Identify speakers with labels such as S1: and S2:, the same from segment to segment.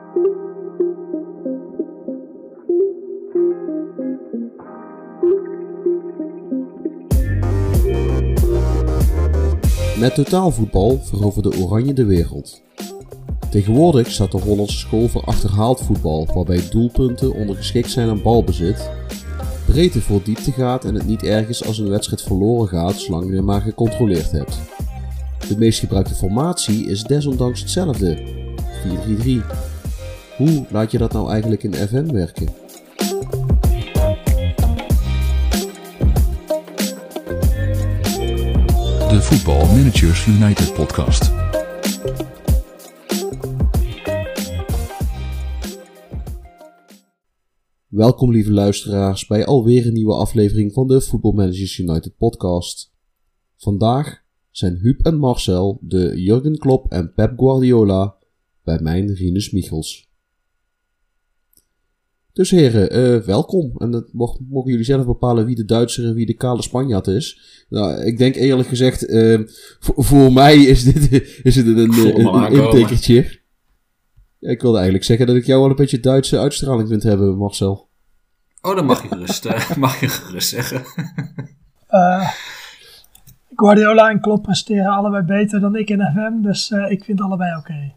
S1: Met totaalvoetbal veroverde Oranje de wereld. Tegenwoordig staat de Hollandse school voor achterhaald voetbal, waarbij doelpunten ondergeschikt zijn aan balbezit, breedte voor diepte gaat en het niet erg is als een wedstrijd verloren gaat zolang je maar gecontroleerd hebt. De meest gebruikte formatie is desondanks hetzelfde, 4-3-3. Hoe laat je dat nou eigenlijk in FM werken?
S2: De Football Managers United podcast.
S1: Welkom lieve luisteraars bij alweer een nieuwe aflevering van de Football Managers United podcast. Vandaag zijn Huub en Marcel de Jurgen Klopp en Pep Guardiola, bij mijn Rinus Michels. Dus heren, welkom. En dat mogen jullie zelf bepalen wie de Duitser en wie de kale Spanjaard is. Nou, ik denk eerlijk gezegd, voor mij is het een intekertje. Ja, ik wilde eigenlijk zeggen dat ik jou wel een beetje Duitse uitstraling vind hebben, Marcel.
S3: Oh, dat mag je gerust zeggen.
S4: Guardiola en Klopp presteren allebei beter dan ik in FM, dus ik vind allebei oké.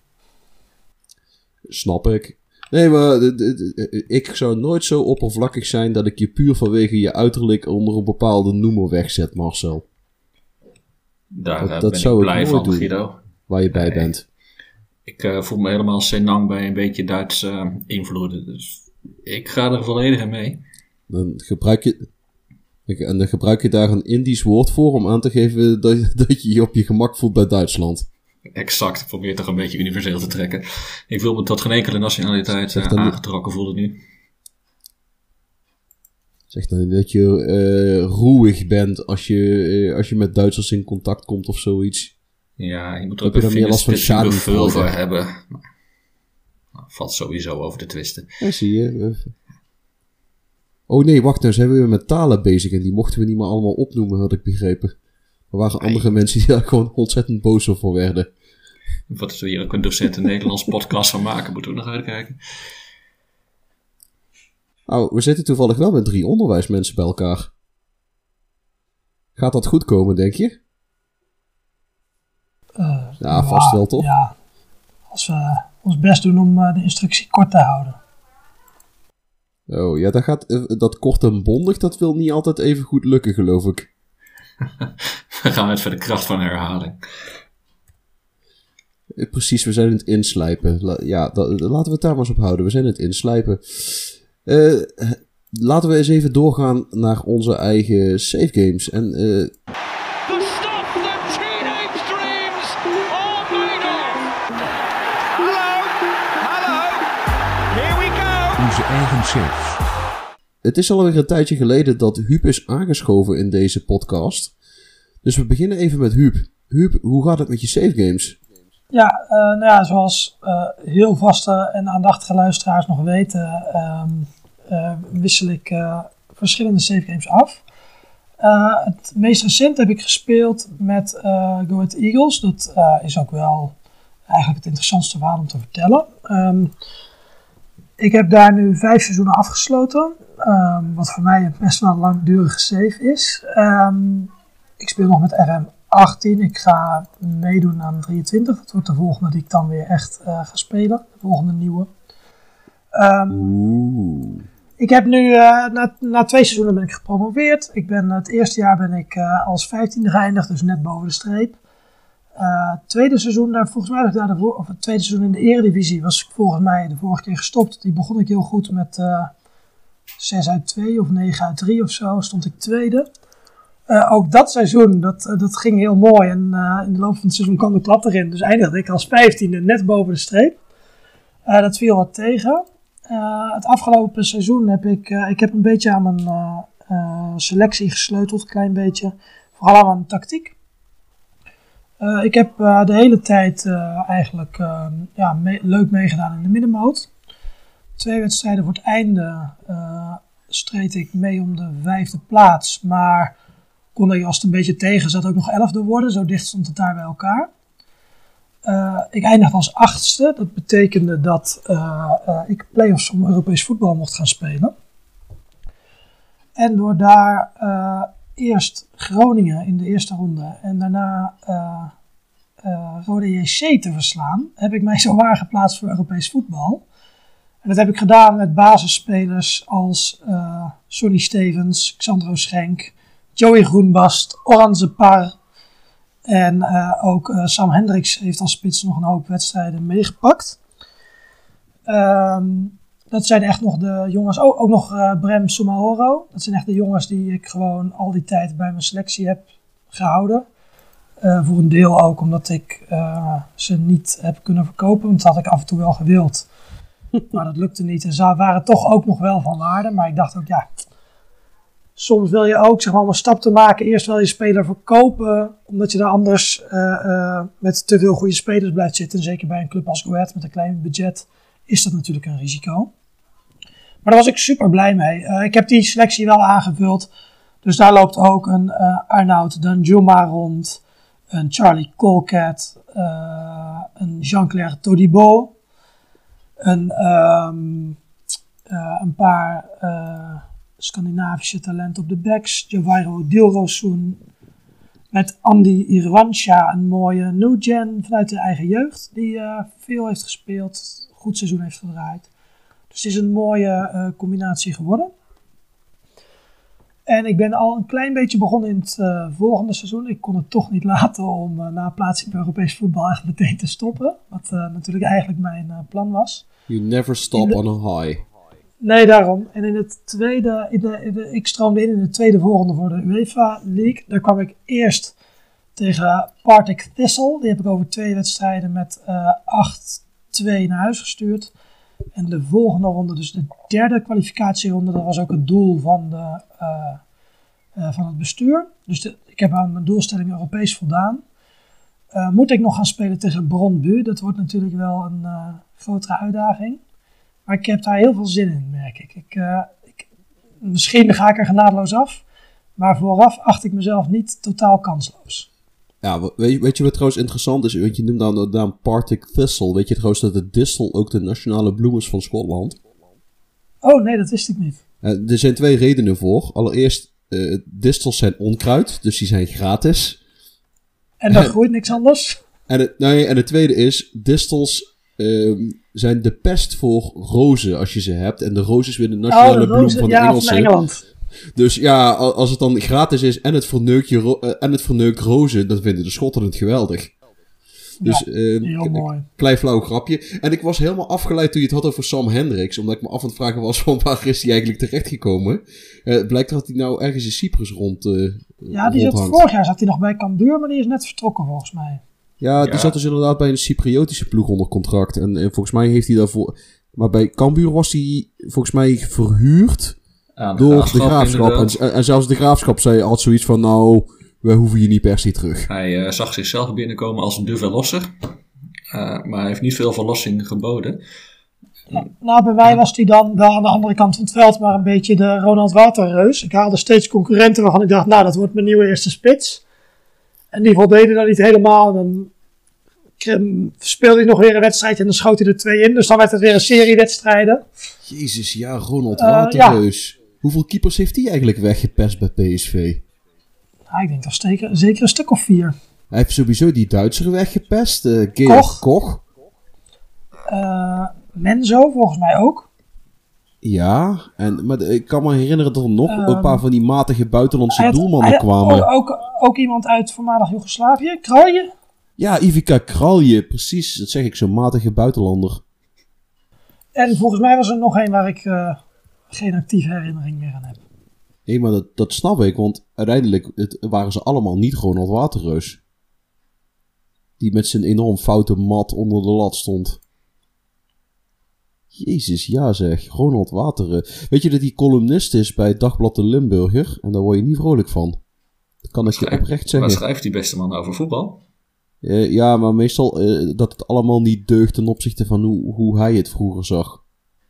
S1: Snap ik. Nee, maar ik zou nooit zo oppervlakkig zijn dat ik je puur vanwege je uiterlijk onder een bepaalde noemer wegzet, Marcel.
S3: Daar ben ik blij van, doen, Guido.
S1: Waar je bij bent.
S3: Ik voel me helemaal senang bij een beetje Duitse invloeden, dus ik ga er volledig in mee.
S1: Dan gebruik je daar een Indisch woord voor om aan te geven dat je je op je gemak voelt bij Duitsland.
S3: Exact, ik probeer toch een beetje universeel te trekken. Ik wil me tot geen enkele nationaliteit aangetrokken voelen nu.
S1: Zeg dan dat je roeig bent als je met Duitsers in contact komt of zoiets.
S3: Ja, je moet er ook een finistische gevoel voor hebben. Valt sowieso over te twisten.
S1: Ja, zie je. Oh nee, wacht nou, zijn we weer met talen bezig en die mochten we niet meer allemaal opnoemen, had ik begrepen. Er waren andere mensen die daar gewoon ontzettend boos over werden.
S3: Wat is er hier ook een docent een Nederlands podcast van maken, moeten we nog uitkijken.
S1: Nou, we zitten toevallig wel met 3 onderwijsmensen bij elkaar. Gaat dat goed komen, denk je? Ja, vast wel, toch?
S4: Ja, als we ons best doen om de instructie kort te houden.
S1: Oh, ja, dat kort en bondig, dat wil niet altijd even goed lukken, geloof ik.
S3: We gaan het voor de kracht van herhaling.
S1: Precies, we zijn het inslijpen. Laten we het daar maar eens op houden. We zijn het inslijpen. Laten we eens even doorgaan naar onze eigen save games. En
S2: onze eigen saves.
S1: Het is alweer een tijdje geleden dat Huub is aangeschoven in deze podcast. Dus we beginnen even met Huub. Huub, hoe gaat het met je save games?
S4: Ja, zoals heel vaste en aandachtige luisteraars nog weten, wissel ik verschillende save games af. Het meest recent heb ik gespeeld met Go Ahead Eagles. Dat is ook wel eigenlijk het interessantste verhaal om te vertellen. Ik heb daar nu 5 seizoenen afgesloten, wat voor mij een best wel een langdurige save is. Ik speel nog met RM 18, ik ga meedoen aan 23, dat wordt de volgende die ik dan weer echt ga spelen, de volgende nieuwe. Ik heb nu, na 2 seizoenen ben ik gepromoveerd. Het eerste jaar ben ik als 15e geëindigd, dus net boven de streep. Tweede seizoen, volgens mij was het tweede seizoen in de Eredivisie was ik volgens mij de vorige keer gestopt. Die begon ik heel goed met 6 uit 2 of 9 uit 3 of zo, stond ik tweede. Ook dat seizoen, dat ging heel mooi en in de loop van het seizoen kwam de klap erin. Dus eindigde ik als 15e net boven de streep. Dat viel wat tegen. Het afgelopen seizoen heb ik een beetje aan mijn selectie gesleuteld, een klein beetje. Vooral aan mijn tactiek. Ik heb de hele tijd eigenlijk leuk meegedaan in de middenmoot. 2 wedstrijden voor het einde streed ik mee om de 5e plaats. Maar kon ik, als het een beetje tegen zat, ook nog 11e worden. Zo dicht stond het daar bij elkaar. ik eindigde als 8e. Dat betekende dat ik play-offs om Europees voetbal mocht gaan spelen. En door daar eerst Groningen in de eerste ronde en daarna Rode JC te verslaan, heb ik mij zowaar geplaatst voor Europees voetbal. En dat heb ik gedaan met basisspelers als Sonny Stevens, Xandro Schenk, Joey Groenbast, Orhan Par. En ook Sam Hendricks heeft als spits nog een hoop wedstrijden meegepakt. Dat zijn echt nog de jongens. Ook nog Brem Soumahoro. Dat zijn echt de jongens die ik gewoon al die tijd bij mijn selectie heb gehouden. Voor een deel ook omdat ik ze niet heb kunnen verkopen. Want dat had ik af en toe wel gewild. Maar dat lukte niet. En ze waren toch ook nog wel van waarde. Maar ik dacht ook, ja, soms wil je ook, zeg maar, om een stap te maken, eerst wel je speler verkopen. Omdat je daar anders met te veel goede spelers blijft zitten. En zeker bij een club als Go Ahead met een klein budget is dat natuurlijk een risico. Maar daar was ik super blij mee. Ik heb die selectie wel aangevuld. Dus daar loopt ook een Arnaud Danjuma rond. Een Charlie Colcat. Een Jean-Claire Todibo. Een paar Scandinavische talenten op de backs. Javairo Dilrosun. Met Andy Irwansha, een mooie new gen vanuit de eigen jeugd. Die veel heeft gespeeld. Goed seizoen heeft gedraaid. Dus het is een mooie combinatie geworden. En ik ben al een klein beetje begonnen in het volgende seizoen. Ik kon het toch niet laten om na plaatsing in Europees voetbal echt meteen te stoppen. Wat natuurlijk eigenlijk mijn plan was.
S1: You never stop on a high.
S4: Nee, daarom. En in het tweede, ik stroomde in de tweede volgende voor de UEFA League. Daar kwam ik eerst tegen Partick Thistle. Die heb ik over 2 wedstrijden met 8-2 naar huis gestuurd. En de volgende ronde, dus de derde kwalificatieronde, dat was ook het doel van het bestuur. Dus ik heb aan mijn doelstelling Europees voldaan. Moet ik nog gaan spelen tegen Brøndby? Dat wordt natuurlijk wel een grotere uitdaging. Maar ik heb daar heel veel zin in, merk ik. Misschien ga ik er genadeloos af. Maar vooraf acht ik mezelf niet totaal kansloos.
S1: Ja, weet je wat trouwens interessant is? Want je noemt dan de naam Partick Thistle. Weet je trouwens dat de distel ook de nationale bloem is van Schotland?
S4: Oh nee, dat wist ik niet.
S1: Er zijn 2 redenen voor. Allereerst, distels zijn onkruid, dus die zijn gratis.
S4: En daar groeit niks anders?
S1: En het tweede is, distels zijn de pest voor rozen als je ze hebt. En de roos is weer de nationale bloem van de Engelsen.
S4: Van Engeland.
S1: Dus ja, als het dan gratis is en het verneukt rozen, dan vinden de Schotten het geweldig. Dus
S4: heel mooi.
S1: Klein flauw grapje. En ik was helemaal afgeleid toen je het had over Sam Hendricks, omdat ik me af aan het vragen was van waar is hij eigenlijk terechtgekomen. Blijkt dat hij nou ergens in Cyprus
S4: vorig jaar zat hij nog bij Cambuur, maar die is net vertrokken volgens mij.
S1: Ja, die zat dus inderdaad bij een Cypriotische ploeg onder contract. En volgens mij heeft hij daarvoor... Maar bij Cambuur was hij volgens mij verhuurd door de Graafschap. En zelfs de Graafschap had zoiets van, nou, wij hoeven je niet per se terug.
S3: Hij zag zichzelf binnenkomen als een de verlosser. Maar hij heeft niet veel verlossing geboden.
S4: Nou, bij mij was hij dan wel aan de andere kant van het veld, maar een beetje de Ronald Waterreus. Ik haalde steeds concurrenten waarvan ik dacht, nou, dat wordt mijn nieuwe eerste spits. En die voldeden dan niet helemaal. En dan speelde hij nog weer een wedstrijd en dan schoot hij er 2 in. Dus dan werd het weer een serie wedstrijden.
S1: Jezus, ja, Ronald Waterreus. Ja. Hoeveel keepers heeft hij eigenlijk weggepest bij PSV?
S4: Nou, ik denk toch zeker een stuk of 4.
S1: Hij heeft sowieso die Duitser weggepest. Koch.
S4: Menzo, volgens mij ook.
S1: Ja, maar ik kan me herinneren dat er nog een paar van die matige buitenlandse doelmannen kwamen.
S4: Ook iemand uit voormalig Joegoslavië, Kralje?
S1: Ja, Ivica Kralje, precies. Dat zeg ik, zo'n matige buitenlander.
S4: En volgens mij was er nog een waar ik geen actieve herinnering meer aan heb.
S1: Nee, maar dat snap ik, want uiteindelijk waren ze allemaal niet Ronald Waterreus. Die met zijn enorm foute mat onder de lat stond. Jezus, ja zeg, Ronald Waterreus. Weet je dat hij columnist is bij het Dagblad de Limburger? En daar word je niet vrolijk van. Dat kan ik je oprecht zeggen.
S3: Wat schrijft die beste man over voetbal?
S1: Ja, maar meestal dat het allemaal niet deugt ten opzichte van hoe hij het vroeger zag.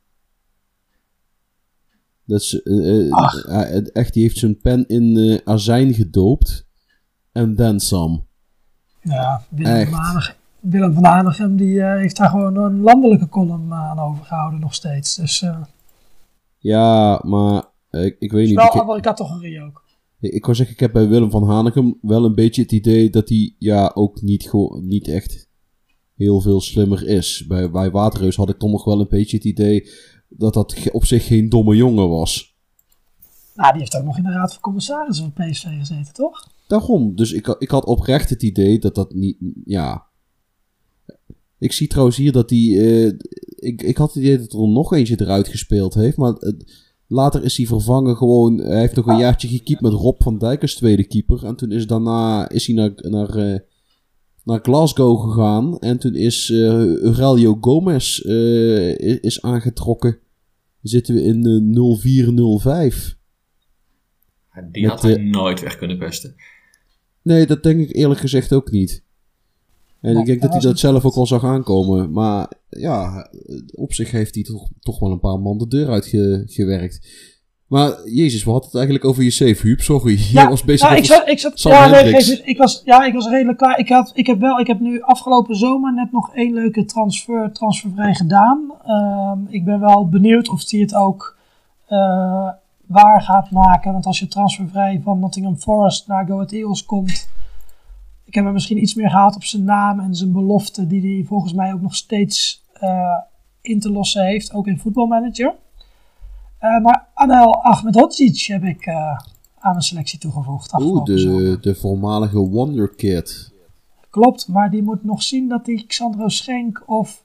S1: Dat is, echt, die heeft zijn pen in azijn gedoopt. En then some.
S4: Ja, Willem van Hanegem die heeft daar gewoon een landelijke column aan overgehouden nog steeds. Dus,
S1: ja, maar ik weet niet.
S4: Wel andere categorie ook.
S1: Ik wou zeggen, ik heb bij Willem van Hanegem wel een beetje het idee dat hij ook niet echt heel veel slimmer is. Bij Waterreus had ik toch nog wel een beetje het idee dat op zich geen domme jongen was.
S4: Nou, die heeft ook nog in de raad van commissarissen van PSV gezeten, toch?
S1: Daarom, dus ik had oprecht het idee dat niet, ja... Ik zie trouwens hier dat ik had het idee dat er nog eentje eruit gespeeld heeft, maar later is hij vervangen gewoon... Hij heeft nog een jaartje gekiept met Rob van Dijk als tweede keeper. En toen is hij naar Glasgow gegaan. En toen is Aurelio Gomez is aangetrokken. Zitten we in 04-05.
S3: Die had hij nooit weg kunnen pesten.
S1: Nee, dat denk ik eerlijk gezegd ook niet. En ik denk dat hij dat zelf ook wel zag aankomen. Maar ja, op zich heeft hij toch wel een paar man de deur uitgewerkt. Maar jezus, we hadden het eigenlijk over je save, Huub. Sorry, je was bezig met
S4: ik was redelijk klaar. Ik heb nu afgelopen zomer net nog 1 leuke transfervrij gedaan. Ik ben wel benieuwd of hij het ook waar gaat maken. Want als je transfervrij van Nottingham Forest naar Go Ahead Eagles komt... Ik heb hem misschien iets meer gehaald op zijn naam en zijn belofte die hij volgens mij ook nog steeds in te lossen heeft, ook in Football Manager. Maar Anel Ahmedhodzic heb ik aan mijn selectie toegevoegd.
S1: De voormalige Wonderkid.
S4: Klopt, maar die moet nog zien dat hij Xandro Schenk of...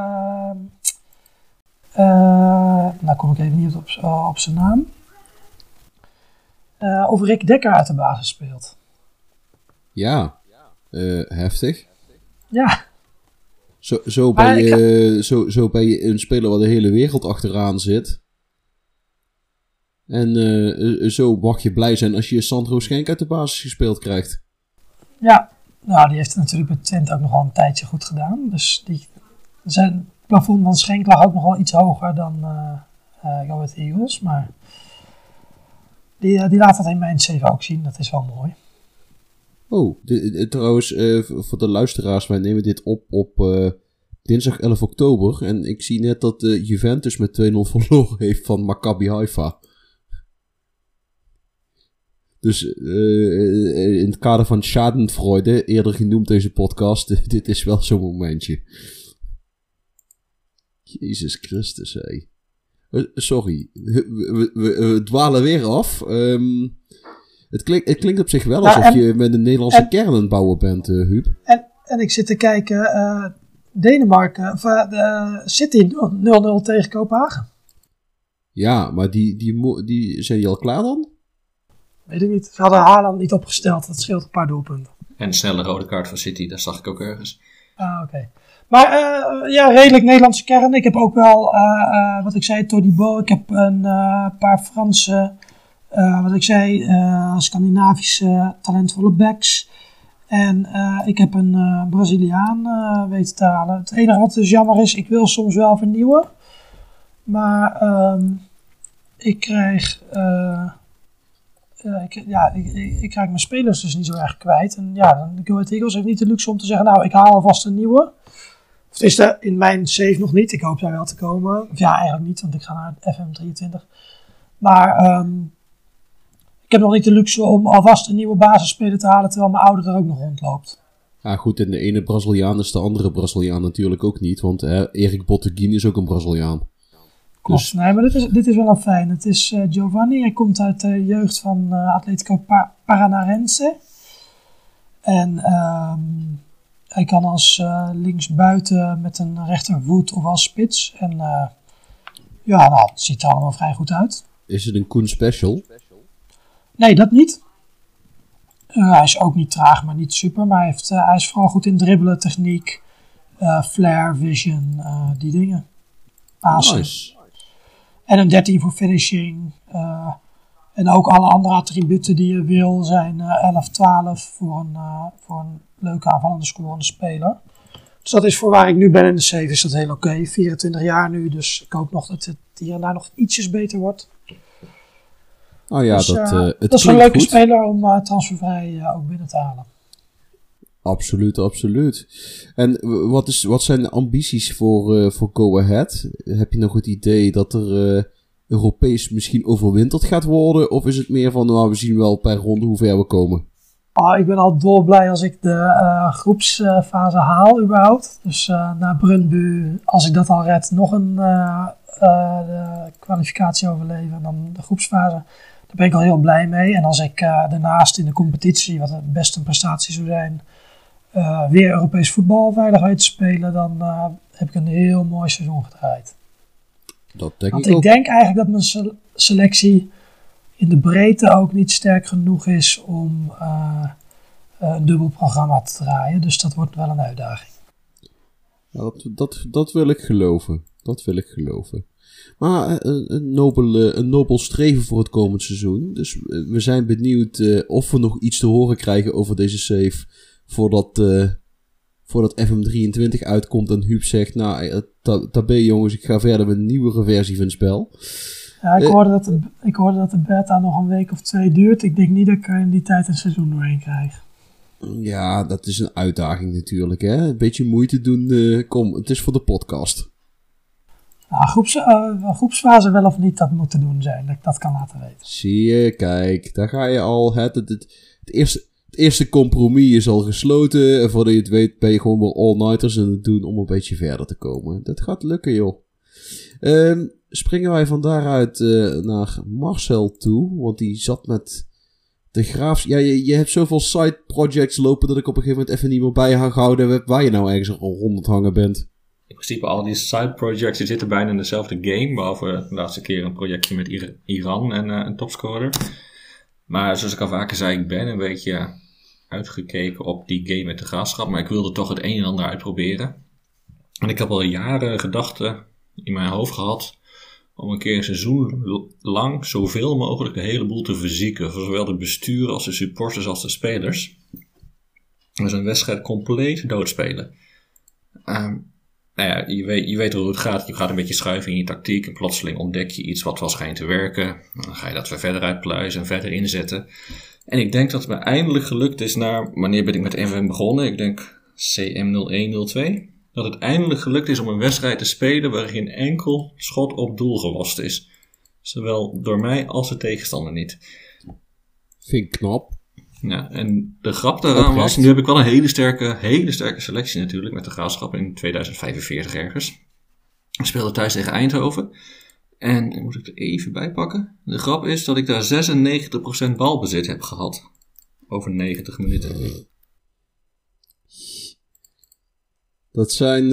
S4: nou kom ik even niet op zijn naam. Of Rick Dekker uit de basis speelt.
S1: Ja. Heftig.
S4: Ja.
S1: Zo ben je een speler waar de hele wereld achteraan zit. En zo mag je blij zijn als je Sandro Schenk uit de basis gespeeld krijgt.
S4: Ja, nou die heeft het natuurlijk met Twente ook nogal een tijdje goed gedaan. Dus zijn plafond van Schenk lag ook nogal iets hoger dan Go Ahead Eagles. Maar die laat dat in mijn CV ook zien. Dat is wel mooi.
S1: Oh, trouwens, voor de luisteraars, wij nemen dit op dinsdag 11 oktober. En ik zie net dat Juventus met 2-0 verloren heeft van Maccabi Haifa. Dus in het kader van Schadenfreude, eerder genoemd deze podcast, dit is wel zo'n momentje. Jezus Christus, hé. Sorry, we dwalen weer af. Het klinkt op zich wel alsof je met een Nederlandse kern aan het bouwen bent, Huub.
S4: En ik zit te kijken, Denemarken, City 0-0 tegen Kopenhagen.
S1: Ja, maar die zijn die al klaar dan?
S4: Weet ik niet. Ze hadden Haaland niet opgesteld, dat scheelt een paar doelpunten.
S3: En een snelle rode kaart van City, dat zag ik ook ergens.
S4: Ah, oké. Maar ja, redelijk Nederlandse kern. Ik heb ook wel, wat ik zei, Todibo. Ik heb een paar Franse... wat ik zei, Scandinavische talentvolle backs. En ik heb een Braziliaan weten te halen. Het enige wat dus jammer is, ik wil soms wel vernieuwen. Maar ik krijg mijn spelers dus niet zo erg kwijt. En ja, de Go Ahead Eagles heeft niet de luxe om te zeggen, nou, ik haal alvast een nieuwe. Of is er in mijn save nog niet. Ik hoop daar wel te komen. Of ja, eigenlijk niet, want ik ga naar FM23. Maar... ik heb nog niet de luxe om alvast een nieuwe basisspeler te halen, terwijl mijn ouder er ook nog rondloopt.
S1: Ja goed, en de ene Braziliaan is de andere Braziliaan natuurlijk ook niet, want Erik Botteguin is ook een Braziliaan.
S4: Klopt, dus... nee, maar dit is wel een fijn. Het is Giovanni, hij komt uit de jeugd van Atletico Paranaense. En hij kan als linksbuiten met een rechtervoet of als spits. En ja, nou, het ziet er allemaal vrij goed uit.
S1: Is het een Koen Special?
S4: Nee, dat niet. Hij is ook niet traag, maar niet super. Maar hij is vooral goed in dribbelen, techniek, flair, vision, die dingen. Pasen. Nice. En een 13 voor finishing. En ook alle andere attributen die je wil zijn 11, 12 voor een leuke aanvallende scorende speler. Dus dat is voor waar ik nu ben in de save is dat heel oké. 24 jaar nu, dus ik hoop nog dat het hier en daar nog ietsjes beter wordt.
S1: Oh ja,
S4: dus,
S1: het
S4: dat is een leuke
S1: goed.
S4: speler om transfervrij ook binnen te halen.
S1: Absoluut. En wat zijn de ambities voor Go Ahead? Heb je nog het idee dat er Europees misschien overwinterd gaat worden? Of is het meer van, we zien wel per ronde hoe ver we komen?
S4: Ik ben al dolblij als ik de groepsfase haal überhaupt. Dus naar Brøndby, als ik dat al red, nog een de kwalificatie overleven. En dan de groepsfase. Daar ben ik al heel blij mee. En als ik daarnaast in de competitie, wat het best een prestatie zou zijn, weer Europees voetbal veilig weet te spelen, dan heb ik een heel mooi seizoen gedraaid.
S1: Dat denk
S4: Want
S1: ik ook.
S4: ik denk eigenlijk dat mijn selectie in de breedte ook niet sterk genoeg is om een dubbel programma te draaien. Dus dat wordt wel een uitdaging.
S1: Ja, dat wil ik geloven. Maar een nobel streven voor het komend seizoen. Dus we zijn benieuwd of we nog iets te horen krijgen over deze save voordat FM23 uitkomt en Huub zegt, tabé jongens, ik ga verder met een nieuwere versie van het spel.
S4: Ja, ik hoorde dat de beta nog een week of 2 duurt. Ik denk niet dat ik er in die tijd een seizoen doorheen krijg.
S1: Ja, dat is een uitdaging natuurlijk, hè. Een beetje moeite doen, kom, het is voor de podcast.
S4: Groepsfase wel of niet, dat moet te doen zijn. Dat ik dat kan laten weten.
S1: Zie je, kijk, daar ga je al. Het eerste compromis is al gesloten. En voordat je het weet ben je gewoon wel all-nighters aan het doen om een beetje verder te komen. Dat gaat lukken, joh. Springen wij van daaruit naar Marcel toe. Want die zat met de Graafs... Ja, je hebt zoveel side projects lopen dat ik op een gegeven moment even niet meer bijgehouden heb waar je nou ergens al rond het hangen bent.
S3: In principe al die side projects die zitten bijna in dezelfde game. Behalve de laatste keer een projectje met Iran en een topscorer. Maar zoals ik al vaker zei, ik ben een beetje uitgekeken op die game met de Graafschap. Maar ik wilde toch het een en ander uitproberen. En ik heb al jaren gedachten in mijn hoofd gehad om een keer een seizoen lang zoveel mogelijk de hele boel te verzieken. Voor zowel de bestuur als de supporters als de spelers. Dus een wedstrijd compleet doodspelen. Je weet hoe het gaat. Je gaat een beetje schuiven in je tactiek. En plotseling ontdek je iets wat wel schijnt te werken. Dan ga je dat weer verder uitpluizen en verder inzetten. En ik denk dat het me eindelijk gelukt is wanneer ben ik met FM begonnen? Ik denk CM0102. Dat het eindelijk gelukt is om een wedstrijd te spelen waar geen enkel schot op doel gelost is. Zowel door mij als de tegenstander niet.
S1: Vind ik knap.
S3: Ja, en de grap daaraan was, nu heb ik wel een hele sterke selectie natuurlijk met de Graafschap in 2045 ergens. Ik speelde thuis tegen Eindhoven. En moet ik er even bij pakken. De grap is dat ik daar 96% balbezit heb gehad. Over 90 minuten.
S1: Dat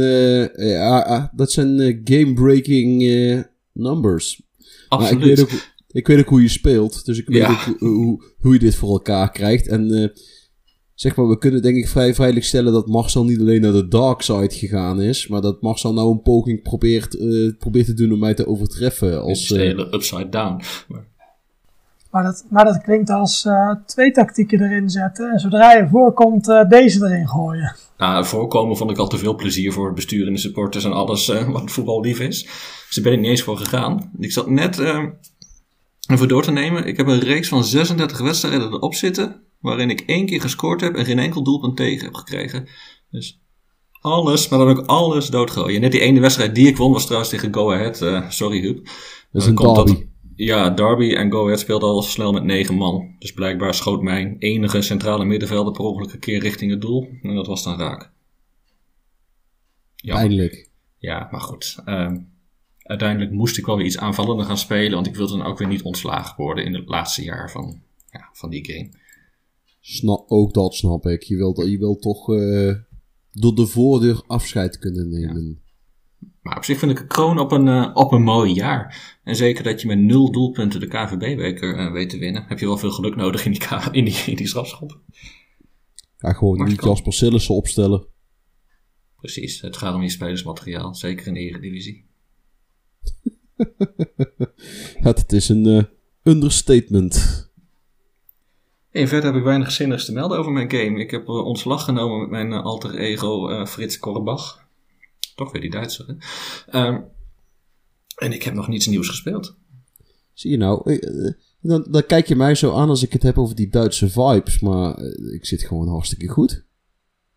S1: zijn game-breaking numbers.
S3: Absoluut.
S1: Maar ik weet ook hoe je speelt. Dus ik weet ook hoe je dit voor elkaar krijgt. En zeg maar, we kunnen denk ik vrij veilig stellen dat Marcel niet alleen naar de dark side gegaan is. Maar dat Marcel nou een poging probeert te doen om mij te overtreffen. Als
S3: de hele upside down.
S4: Maar dat klinkt als 2 tactieken erin zetten. En zodra je voorkomt, deze erin gooien.
S3: Nou, voorkomen vond ik al te veel plezier voor het bestuur en de supporters en alles wat voetbal lief is. Dus daar ben ik niet eens voor gegaan. Ik zat net even door te nemen. Ik heb een reeks van 36 wedstrijden erop zitten. Waarin ik 1 keer gescoord heb en geen enkel doelpunt tegen heb gekregen. Dus alles, maar dan ook alles doodgooien. Net die ene wedstrijd die ik won was trouwens tegen Go Ahead. Sorry Huub.
S1: Dat is een derby.
S3: Ja, Derby en Go Ahead speelden al snel met 9 man. Dus blijkbaar schoot mijn enige centrale middenvelder per ongeluk een keer richting het doel. En dat was dan raak. Ja.
S1: Eindelijk.
S3: Ja, maar goed. Uiteindelijk moest ik wel weer iets aanvallender gaan spelen. Want ik wilde dan ook weer niet ontslagen worden in het laatste jaar van die game.
S1: Ook dat snap ik. Je wilt toch door de voordeur afscheid kunnen nemen. Ja.
S3: Maar op zich vind ik een kroon op een mooi jaar. En zeker dat je met 0 doelpunten de KNVB-beker weet te winnen. Heb je wel veel geluk nodig in die strafschop.
S1: Ja, gewoon niet Jasper Sillissen opstellen.
S3: Precies, het gaat om je spelersmateriaal. Zeker in de Eredivisie.
S1: Het is een understatement.
S3: En verder heb ik weinig zinnigs te melden over mijn game. Ik heb ontslag genomen met mijn alter ego Frits Korbach. Toch weer die Duitser, hè? En ik heb nog niets nieuws gespeeld.
S1: Zie je nou, dan kijk je mij zo aan als ik het heb over die Duitse vibes. Maar ik zit gewoon hartstikke goed.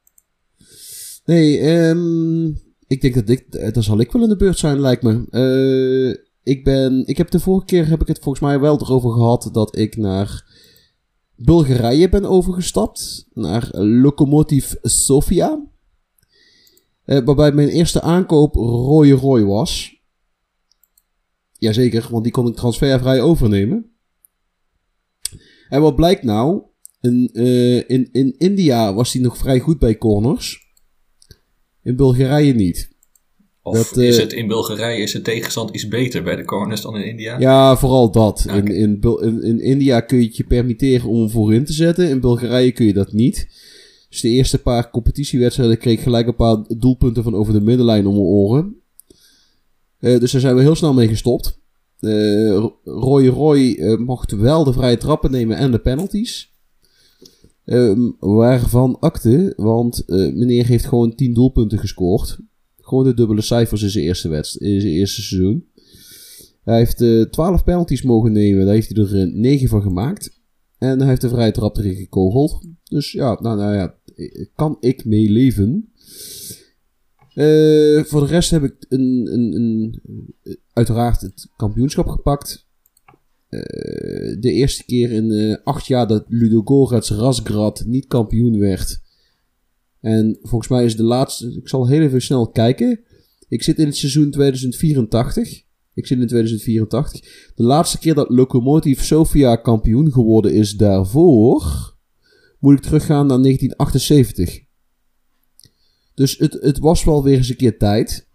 S1: Nee, ik denk dat zal ik wel in de beurt zijn, lijkt me. Ik heb de vorige keer heb ik het volgens mij wel erover gehad dat ik naar Bulgarije ben overgestapt. Naar Lokomotiv Sofia. Waarbij mijn eerste aankoop Roy was. Jazeker, want die kon ik transfervrij overnemen. En wat blijkt nou? In India was hij nog vrij goed bij corners. In Bulgarije niet.
S3: Of is het in Bulgarije, is de tegenstand iets beter bij de corners dan in India?
S1: Ja, vooral dat.
S3: Okay.
S1: In India kun je het je permitteren om hem voorin te zetten. In Bulgarije kun je dat niet. Dus de eerste paar competitiewedstrijden kreeg ik gelijk een paar doelpunten van over de middenlijn om mijn oren. Dus daar zijn we heel snel mee gestopt. Roy mocht wel de vrije trappen nemen en de penalties. Waarvan akte, want meneer heeft gewoon 10 doelpunten gescoord. Gewoon de dubbele cijfers in zijn eerste seizoen. Hij heeft 12 penalties mogen nemen, daar heeft hij er 9 van gemaakt. En hij heeft de vrije trap erin gekogeld. Dus ja, nou ja, kan ik mee leven. Voor de rest heb ik uiteraard het kampioenschap gepakt. De eerste keer in 8 jaar dat Ludogorets Razgrad niet kampioen werd. En volgens mij is de laatste... Ik zal heel even snel kijken. Ik zit in het seizoen 2084. De laatste keer dat Lokomotiv Sofia kampioen geworden is daarvoor... moet ik teruggaan naar 1978. Dus het was wel weer eens een keer tijd.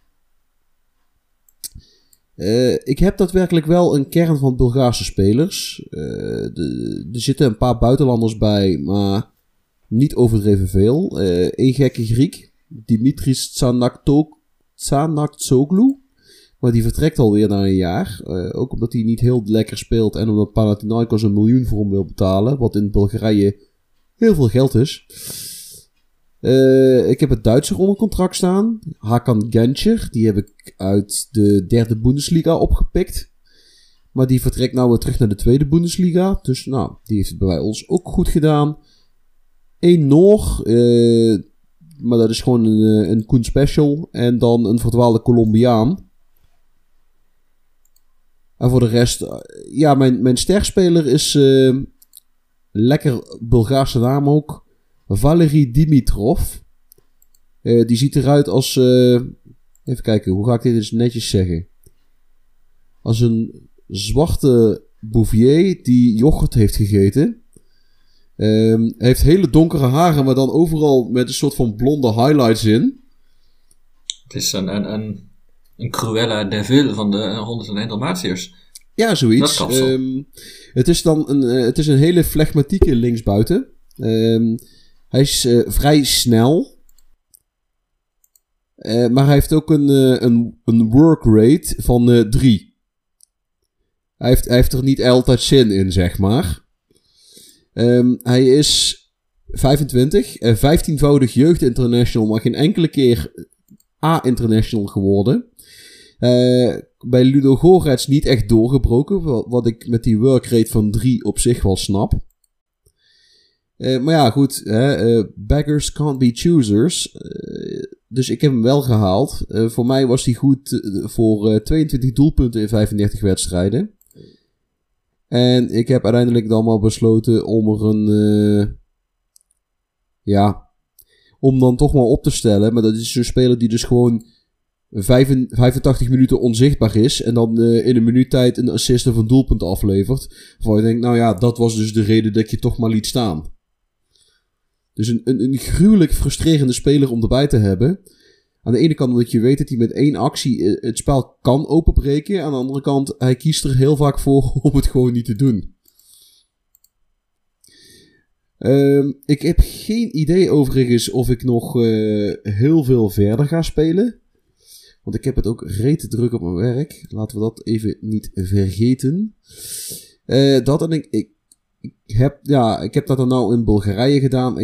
S1: Ik heb daadwerkelijk wel een kern van Bulgaarse spelers. Er zitten een paar buitenlanders bij, maar niet overdreven veel. Eén gekke Griek, Dimitris Tsanaktoglu. Maar die vertrekt alweer na een jaar. Ook omdat hij niet heel lekker speelt en omdat Panathinaikos $1 miljoen voor hem wil betalen. Wat in Bulgarije heel veel geld is. Ik heb het Duitser onder contract staan. Hakan Genscher. Die heb ik uit de 3e Bundesliga opgepikt. Maar die vertrekt nou weer terug naar de 2e Bundesliga. Dus nou, die heeft het bij ons ook goed gedaan. Eén Noor. Maar dat is gewoon een Koen Special. En dan een verdwaalde Colombiaan. En voor de rest... ja, mijn sterspeler is... lekker Bulgaarse naam ook. Valery Dimitrov. Die ziet eruit als... even kijken, hoe ga ik dit eens netjes zeggen? Als een zwarte Bouvier die yoghurt heeft gegeten. Hij heeft hele donkere haren, maar dan overal met een soort van blonde highlights in.
S3: Het is een Cruella de Vil van de 101 Dalmatiërs.
S1: Ja, zoiets. Het is een hele flegmatieke linksbuiten. Hij is vrij snel. Maar hij heeft ook een work rate van 3. Hij heeft er niet altijd zin in, zeg maar. Hij is 25. 15-voudig jeugdinternational, maar geen enkele keer A-international geworden. Bij Ludogorets niet echt doorgebroken. Wat ik met die work rate van 3 op zich wel snap. Maar ja, goed. Beggars can't be choosers. Dus ik heb hem wel gehaald. Voor mij was hij goed voor 22 doelpunten in 35 wedstrijden. En ik heb uiteindelijk dan maar besloten om er om dan toch maar op te stellen. Maar dat is zo'n speler die dus gewoon 85 minuten onzichtbaar is. En dan in een minuut tijd een assist of een doelpunt aflevert. Waarvan je denkt, nou ja, dat was dus de reden dat je toch maar liet staan. Dus een gruwelijk frustrerende speler om erbij te hebben. Aan de ene kant omdat je weet dat hij met 1 actie het spel kan openbreken. Aan de andere kant, hij kiest er heel vaak voor om het gewoon niet te doen. Ik heb geen idee overigens of ik nog heel veel verder ga spelen. Want ik heb het ook rete druk op mijn werk. Laten we dat even niet vergeten. Dat en ik heb dat dan nou in Bulgarije gedaan.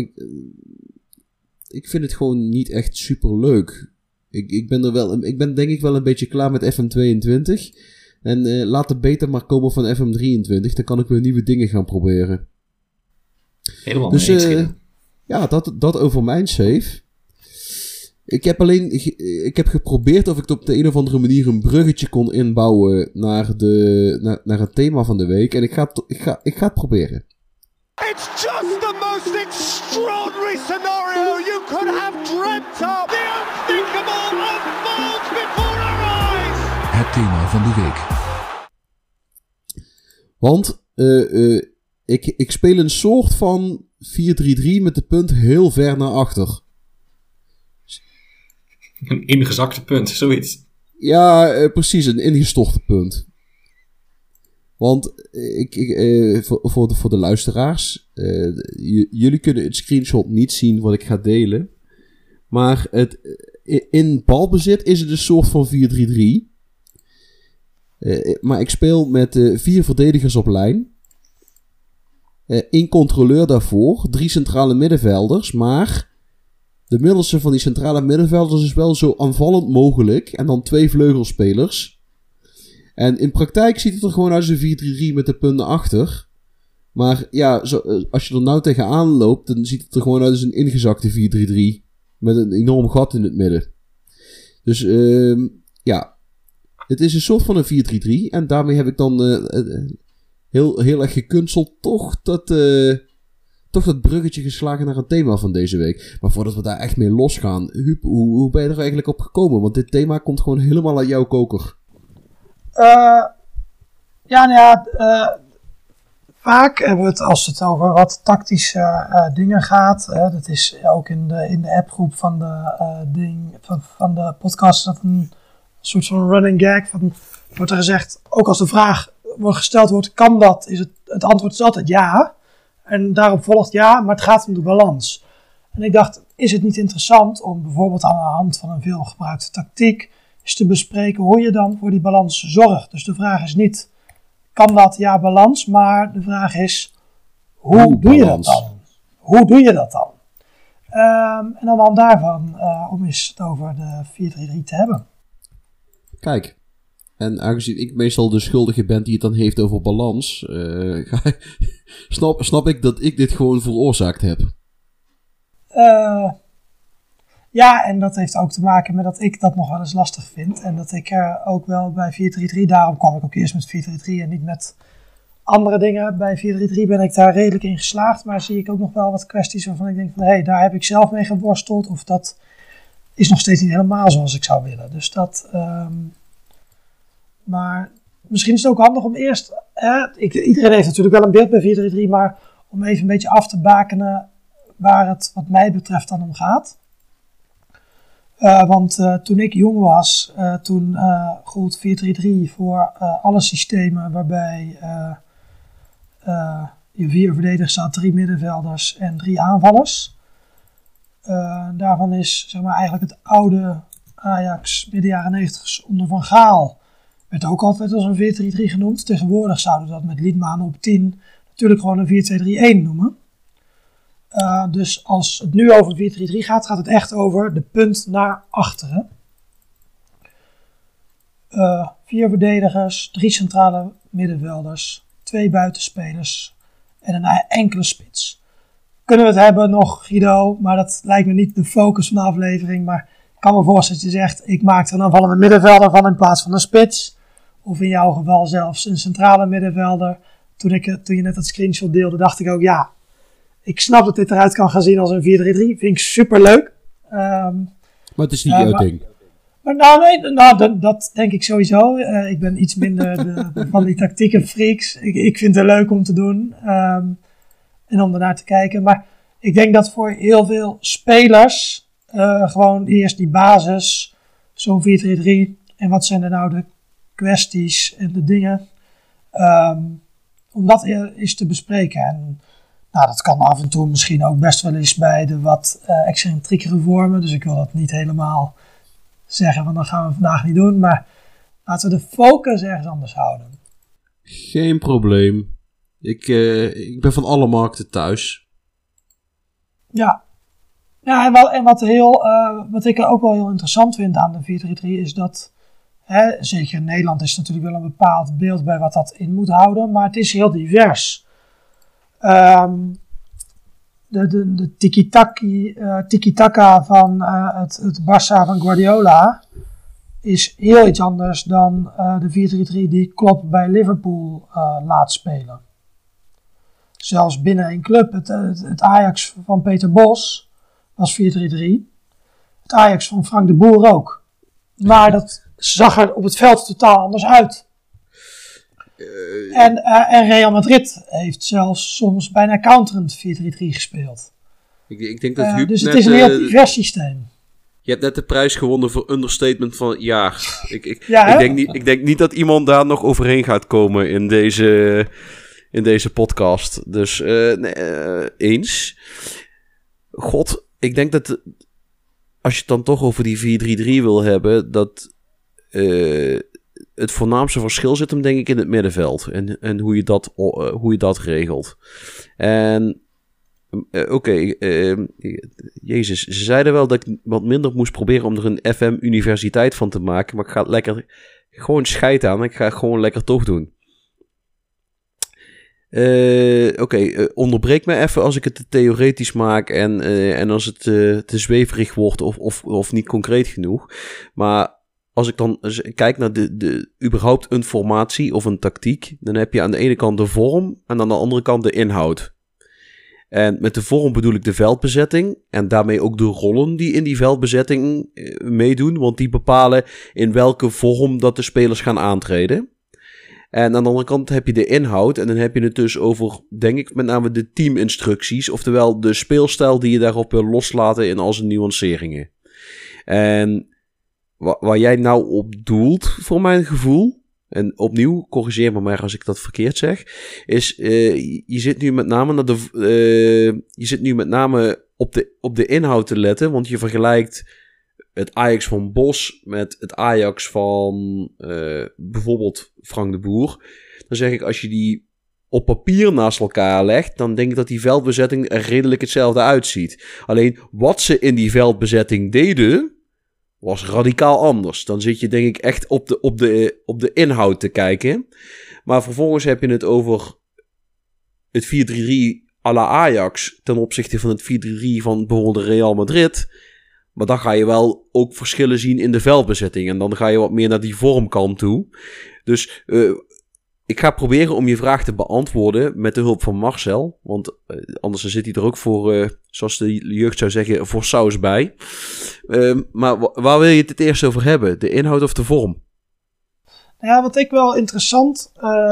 S1: Ik vind het gewoon niet echt super leuk. Ik ben denk ik wel een beetje klaar met FM22. En laat de beta maar komen van FM23. Dan kan ik weer nieuwe dingen gaan proberen.
S3: Helemaal mee eens.
S1: Ja, dat over mijn save. Ik heb geprobeerd of ik op de een of andere manier een bruggetje kon inbouwen naar het thema van de week. En ik ga het proberen.
S5: It's just the most extraordinary scenario you could have dreamt of. The unthinkable unfolds before our eyes.
S2: Het thema van de week.
S1: Want ik speel een soort van 4-3-3 met de punt heel ver naar achter.
S3: Een ingezakte punt, zoiets.
S1: Ja, precies, een ingestorte punt. Want voor de luisteraars, jullie kunnen het screenshot niet zien wat ik ga delen. Maar in balbezit is het een soort van 4-3-3. Maar ik speel met 4 verdedigers op lijn. 1 controleur daarvoor, 3 centrale middenvelders, maar de middelste van die centrale middenvelders is wel zo aanvallend mogelijk. En dan 2 vleugelspelers. En in praktijk ziet het er gewoon uit als een 4-3-3 met de punten achter. Maar ja, als je er nou tegenaan loopt, dan ziet het er gewoon uit als een ingezakte 4-3-3. Met een enorm gat in het midden. Dus ja, het is een soort van een 4-3-3. En daarmee heb ik dan heel erg gekunsteld toch dat bruggetje geslagen naar het thema van deze week. Maar voordat we daar echt mee losgaan, Huub, hoe ben je er eigenlijk op gekomen? Want dit thema komt gewoon helemaal uit jouw koker.
S4: Vaak hebben we het, als het over wat tactische dingen gaat. Dat is ook in de appgroep van de podcast dat een soort van running gag. Wordt er gezegd, ook als de vraag gesteld wordt, kan dat? Het antwoord is altijd ja. En daarop volgt ja, maar het gaat om de balans. En ik dacht, is het niet interessant om bijvoorbeeld aan de hand van een veelgebruikte tactiek eens te bespreken hoe je dan voor die balans zorgt. Dus de vraag is niet, kan dat? Ja, balans. Maar de vraag is, hoe doe je dat dan? Hoe doe je dat dan? En aan de hand daarvan, om eens het over de 4-3-3 te hebben.
S1: Kijk. En aangezien ik meestal de schuldige ben die het dan heeft over balans, snap ik dat ik dit gewoon veroorzaakt heb.
S4: Ja, en dat heeft ook te maken met dat ik dat nog wel eens lastig vind. En dat ik ook wel bij 4-3-3, daarom kwam ik ook eerst met 4-3-3 en niet met andere dingen. Bij 4-3-3 ben ik daar redelijk in geslaagd, maar zie ik ook nog wel wat kwesties waarvan ik denk van, hé, daar heb ik zelf mee geworsteld. Of dat is nog steeds niet helemaal zoals ik zou willen. Dus dat... Maar misschien is het ook handig om eerst... iedereen heeft natuurlijk wel een beeld bij 4-3-3... maar om even een beetje af te bakenen waar het wat mij betreft dan om gaat. Want toen ik jong was, toen gold 4-3-3 voor alle systemen waarbij je 4 verdedigers had, 3 middenvelders en 3 aanvallers. Daarvan is zeg maar eigenlijk het oude Ajax midden jaren 90 onder Van Gaal... werd ook altijd als een 4-3-3 genoemd. Tegenwoordig zouden we dat met Liedmanen op 10 natuurlijk gewoon een 4-2-3-1 noemen. Dus als het nu over 4-3-3 gaat, gaat het echt over de punt naar achteren. 4 verdedigers, 3 centrale middenvelders, 2 buitenspelers en een enkele spits. Kunnen we het hebben nog, Guido, maar dat lijkt me niet de focus van de aflevering. Maar ik kan me voorstellen dat je zegt, ik maak er een aanvallende middenvelder van in plaats van een spits. Of in jouw geval zelfs een centrale middenvelder. Toen je net dat screenshot deelde, dacht ik ook, ja, ik snap dat dit eruit kan gaan zien als een 4-3-3. Vind ik superleuk.
S1: Maar het is niet jouw ding.
S4: Maar dat denk ik sowieso. Ik ben iets minder van die tactieken freaks. Ik vind het leuk om te doen. En om ernaar te kijken. Maar ik denk dat voor heel veel spelers gewoon eerst die basis, zo'n 4-3-3. En wat zijn er nou de kwesties en de dingen. Om dat eens te bespreken. En nou, dat kan af en toe misschien ook best wel eens bij de wat excentriekere vormen. Dus ik wil dat niet helemaal zeggen, want dat gaan we vandaag niet doen. Maar laten we de focus ergens anders houden.
S1: Geen probleem. Ik ben van alle markten thuis.
S4: Ja. Ja, en wat ik ook wel heel interessant vind aan de 4-3-3 is dat, zeker in Nederland is natuurlijk wel een bepaald beeld bij wat dat in moet houden, maar het is heel divers. de tiki-taka van het Barça van Guardiola is heel iets anders dan de 4-3-3 die Klopp bij Liverpool laat spelen. Zelfs binnen een club, het Ajax van Peter Bos was 4-3-3. Het Ajax van Frank de Boer ook. Maar dat zag er op het veld totaal anders uit. En Real Madrid heeft zelfs soms bijna counterend 4-3-3 gespeeld.
S1: Ik denk dat Huub
S4: dus het
S1: net,
S4: is een heel divers systeem.
S1: Je hebt net de prijs gewonnen voor understatement van het jaar. Ik denk niet dat iemand daar nog overheen gaat komen in deze podcast. Dus eens. God, ik denk dat als je het dan toch over die 4-3-3 wil hebben, dat het voornaamste verschil zit hem denk ik in het middenveld. En hoe je dat regelt. En Jezus, ze zeiden wel dat ik wat minder moest proberen om er een FM-universiteit van te maken. Maar ik ga het lekker gewoon scheid aan. Ik ga het gewoon lekker toch doen. Onderbreek me even als ik het te theoretisch maak en als het te zweverig wordt of niet concreet genoeg. Maar als ik dan kijk naar de überhaupt een formatie of een tactiek, dan heb je aan de ene kant de vorm en aan de andere kant de inhoud. En met de vorm bedoel ik de veldbezetting en daarmee ook de rollen die in die veldbezetting meedoen, want die bepalen in welke vorm dat de spelers gaan aantreden. En aan de andere kant heb je de inhoud en dan heb je het dus over, denk ik, met name de teaminstructies, oftewel de speelstijl die je daarop wil loslaten in al zijn nuanceringen. En waar jij nou op doelt, voor mijn gevoel, en opnieuw, corrigeer me maar als ik dat verkeerd zeg, is je zit nu met name op de inhoud te letten, want je vergelijkt het Ajax van Bos met het Ajax van bijvoorbeeld Frank de Boer. Dan zeg ik, als je die op papier naast elkaar legt, dan denk ik dat die veldbezetting er redelijk hetzelfde uitziet. Alleen wat ze in die veldbezetting deden, was radicaal anders. Dan zit je denk ik echt op de inhoud te kijken. Maar vervolgens heb je het over het 4-3-3 à la Ajax ten opzichte van het 4-3-3 van bijvoorbeeld Real Madrid. Maar dan ga je wel ook verschillen zien in de veldbezetting. En dan ga je wat meer naar die vormkant toe. Dus ik ga proberen om je vraag te beantwoorden met de hulp van Marcel. Want anders zit hij er ook voor, zoals de jeugd zou zeggen, voor saus bij. Maar waar wil je het eerst over hebben? De inhoud of de vorm?
S4: Nou ja, wat ik wel interessant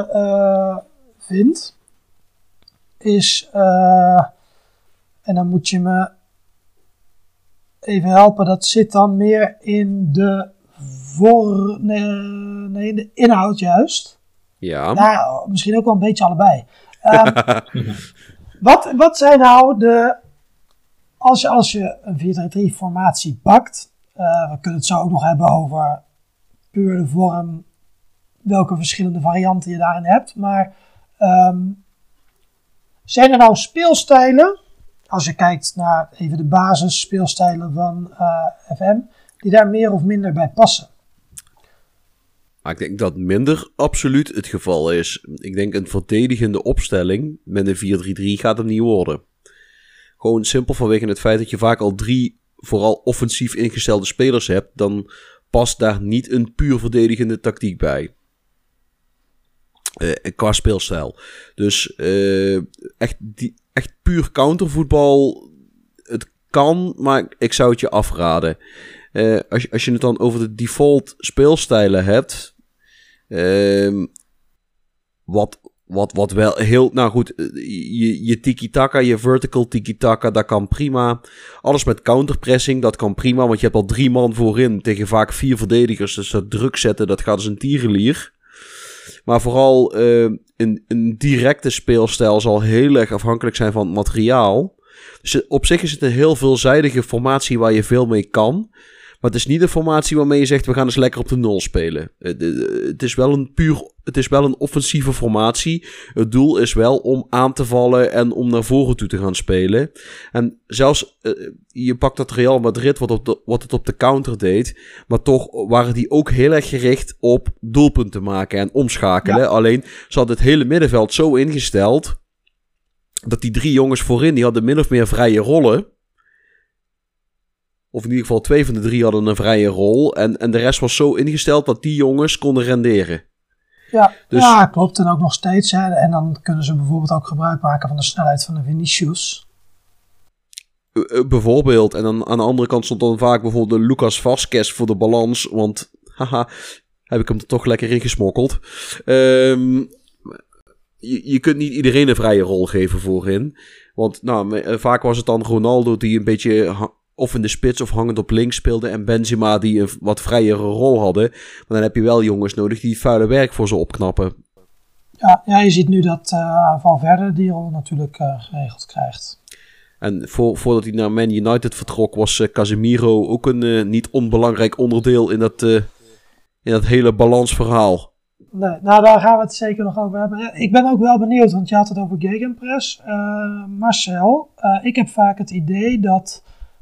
S4: vind, is, en dan moet je me even helpen, dat zit dan meer in de in de inhoud juist. Ja. Nou, misschien ook wel een beetje allebei. Wat zijn nou als je een 4-3-3 formatie pakt, we kunnen het zo ook nog hebben over puur de vorm, welke verschillende varianten je daarin hebt, maar zijn er nou speelstijlen, als je kijkt naar even de basisspeelstijlen van FM, die daar meer of minder bij passen?
S1: Maar ik denk dat minder absoluut het geval is. Ik denk een verdedigende opstelling met een 4-3-3 gaat het niet worden. Gewoon simpel vanwege het feit dat je vaak al 3 vooral offensief ingestelde spelers hebt, dan past daar niet een puur verdedigende tactiek bij. Qua speelstijl. Dus echt puur countervoetbal, het kan, maar ik zou het je afraden. Als je het dan over de default speelstijlen hebt, wat wel heel, nou goed, je tiki-taka, je vertical tiki-taka, dat kan prima. Alles met counterpressing, dat kan prima, want je hebt al 3 man voorin tegen vaak 4 verdedigers, dus dat druk zetten, dat gaat als een tierenlier. Maar vooral een directe speelstijl zal heel erg afhankelijk zijn van het materiaal. Dus op zich is het een heel veelzijdige formatie waar je veel mee kan. Maar het is niet een formatie waarmee je zegt, we gaan eens lekker op de 0 spelen. Het is wel een offensieve formatie. Het doel is wel om aan te vallen en om naar voren toe te gaan spelen. En zelfs, je pakt dat Real Madrid, wat het op de counter deed. Maar toch waren die ook heel erg gericht op doelpunten maken en omschakelen. Ja. Alleen, ze hadden het hele middenveld zo ingesteld dat die 3 jongens voorin, die hadden min of meer vrije rollen. Of in ieder geval 2 van de 3 hadden een vrije rol. En de rest was zo ingesteld dat die jongens konden renderen.
S4: Ja,
S1: Dus,
S4: ja, klopt. En ook nog steeds. Hè. En dan kunnen ze bijvoorbeeld ook gebruik maken van de snelheid van de Vinicius.
S1: Bijvoorbeeld. En dan aan de andere kant stond dan vaak bijvoorbeeld de Lucas Vazquez voor de balans. Want, haha, heb ik hem er toch lekker in gesmokkeld. Je kunt niet iedereen een vrije rol geven voorin. Want vaak was het dan Ronaldo die een beetje of in de spits of hangend op links speelde. En Benzema die een wat vrijere rol hadden. Maar dan heb je wel jongens nodig die het vuile werk voor ze opknappen.
S4: Ja, je ziet nu dat Valverde die rol natuurlijk geregeld krijgt.
S1: En voordat hij naar Man United vertrok was Casemiro ook een niet onbelangrijk onderdeel in dat hele balansverhaal.
S4: Nee, nou daar gaan we het zeker nog over hebben. Ik ben ook wel benieuwd, want je had het over gegenpress. Marcel, ik heb vaak het idee dat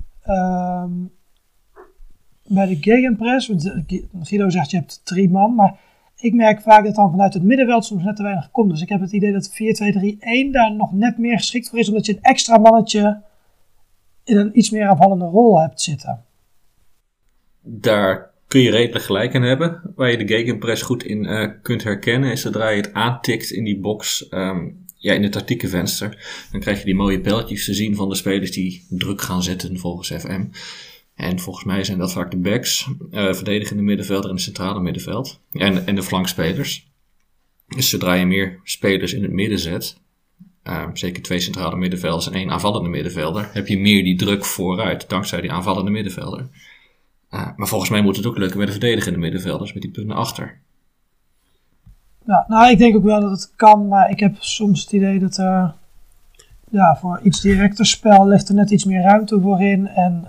S4: bij de gegenpress, want Guido zegt je hebt 3 man, maar ik merk vaak dat dan vanuit het middenveld soms net te weinig komt. Dus ik heb het idee dat 4-2-3-1 daar nog net meer geschikt voor is, omdat je een extra mannetje in een iets meer aanvallende rol hebt zitten.
S3: Daar kun je redelijk gelijk in hebben. Waar je de gegenpress goed in kunt herkennen is zodra je het aantikt in die box, in het tactieke venster. Dan krijg je die mooie pijltjes te zien van de spelers die druk gaan zetten volgens FM. En volgens mij zijn dat vaak de backs, verdedigende middenvelder en de centrale middenveld. En de flankspelers. Dus zodra je meer spelers in het midden zet, zeker 2 centrale middenvelders en 1 aanvallende middenvelder, heb je meer die druk vooruit, dankzij die aanvallende middenvelder. Maar volgens mij moet het ook lukken met de verdedigende middenvelders, met die punten achter.
S4: Ja, nou, ik denk ook wel dat het kan, maar ik heb soms het idee dat er voor iets directer spel ligt er net iets meer ruimte voor in. En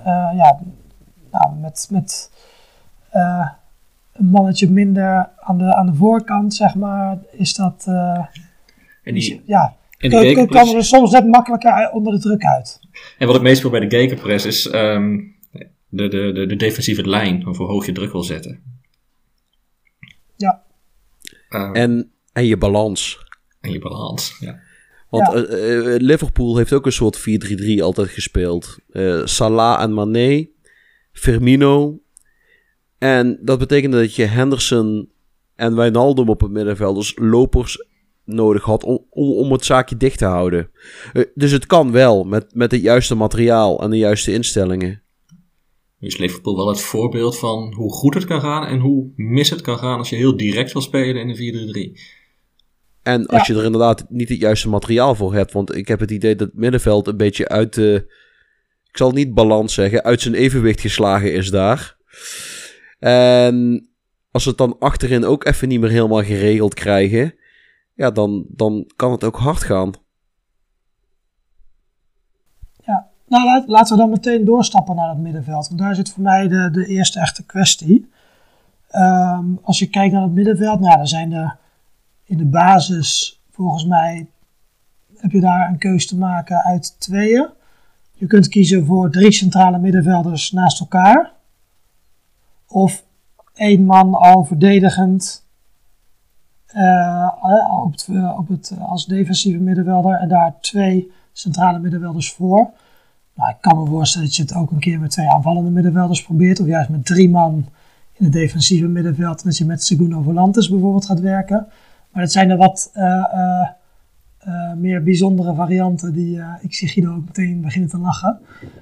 S4: met een mannetje minder aan de voorkant, zeg maar, is dat... kan er soms net makkelijker onder de druk uit.
S3: En wat ik meestal bij de gegenpress is de defensieve lijn, of hoe hoog je druk wil zetten.
S4: Ja.
S1: En je balans.
S3: En je balans, ja.
S1: Want Liverpool heeft ook een soort 4-3-3 altijd gespeeld. Salah en Mané, Firmino. En dat betekende dat je Henderson en Wijnaldum op het middenveld, dus lopers, nodig had om het zaakje dicht te houden. Dus het kan wel met het juiste materiaal en de juiste instellingen.
S3: Nu is Liverpool wel het voorbeeld van hoe goed het kan gaan en hoe mis het kan gaan als je heel direct wil spelen in een 4-3-3.
S1: En als je er inderdaad niet het juiste materiaal voor hebt. Want ik heb het idee dat het middenveld een beetje uit de... Ik zal niet balans zeggen, uit zijn evenwicht geslagen is daar. En als we het dan achterin ook even niet meer helemaal geregeld krijgen, ja, dan kan het ook hard gaan.
S4: Ja, nou laten we dan meteen doorstappen naar het middenveld. Want daar zit voor mij de eerste echte kwestie. Als je kijkt naar het middenveld, nou, dan zijn in de basis, volgens mij, heb je daar een keus te maken uit 2. Je kunt kiezen voor 3 centrale middenvelders naast elkaar. Of 1 man al verdedigend als defensieve middenvelder en daar 2 centrale middenvelders voor. Nou, ik kan me voorstellen dat je het ook een keer met 2 aanvallende middenvelders probeert. Of juist met 3 man in het defensieve middenveld. En dat je met Segundo Volantes bijvoorbeeld gaat werken. Maar dat zijn er wat meer bijzondere varianten die... ik zie Guido ook meteen beginnen te lachen.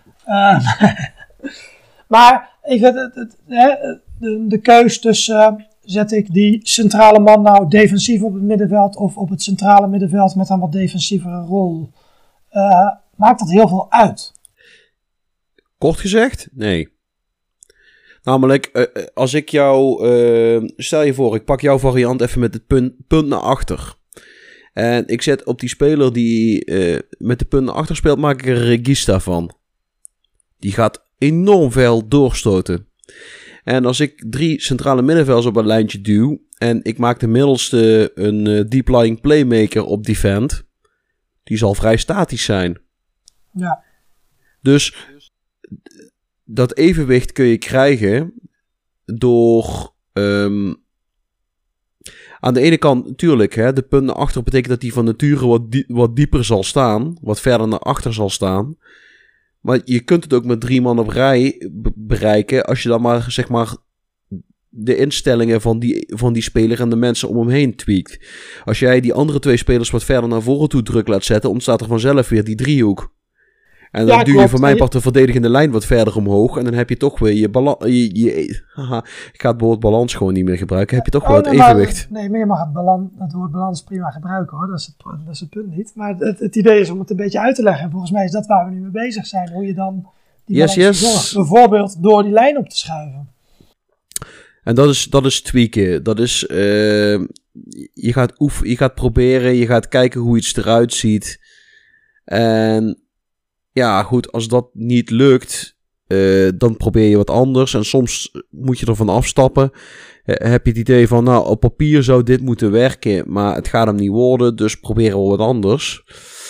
S4: Maar even de keus tussen... zet ik die centrale man nou defensief op het middenveld of op het centrale middenveld met een wat defensievere rol? Maakt dat heel veel uit?
S1: Kort gezegd, nee. Namelijk, als ik jou... stel je voor, ik pak jouw variant even met het punt naar achter. En ik zet op die speler die met de punt naar achter speelt, maak ik een regista van. Die gaat enorm veel doorstoten. En als ik 3 centrale middenvelders op een lijntje duw en ik maak de middelste een deep lying playmaker op defend, die zal vrij statisch zijn.
S4: Ja.
S1: Dus dat evenwicht kun je krijgen door aan de ene kant natuurlijk, hè, de punt naar achter betekent dat hij van nature wat dieper zal staan. Wat verder naar achter zal staan. Maar je kunt het ook met 3 man op rij bereiken als je dan maar, zeg maar, de instellingen van die speler en de mensen om hem heen tweakt. Als jij die andere 2 spelers wat verder naar voren toe druk laat zetten, ontstaat er vanzelf weer die driehoek. En dan duw je voor mijn part de verdedigende lijn wat verder omhoog. En dan heb je toch weer je balans. Ik ga het woord balans gewoon niet meer gebruiken. Heb je toch wel het evenwicht.
S4: Maar je mag het woord balans prima gebruiken hoor. Dat is het punt niet. Maar het idee is om het een beetje uit te leggen. En volgens mij is dat waar we nu mee bezig zijn. Hoe je dan die balans verzorgt. Bijvoorbeeld door die lijn op te schuiven.
S1: En dat is tweaken. Dat is, je gaat proberen, je gaat kijken hoe iets eruit ziet. En ja, goed, als dat niet lukt, dan probeer je wat anders. En soms moet je ervan afstappen. Heb je het idee van, nou, op papier zou dit moeten werken, maar het gaat hem niet worden, dus proberen we wat anders.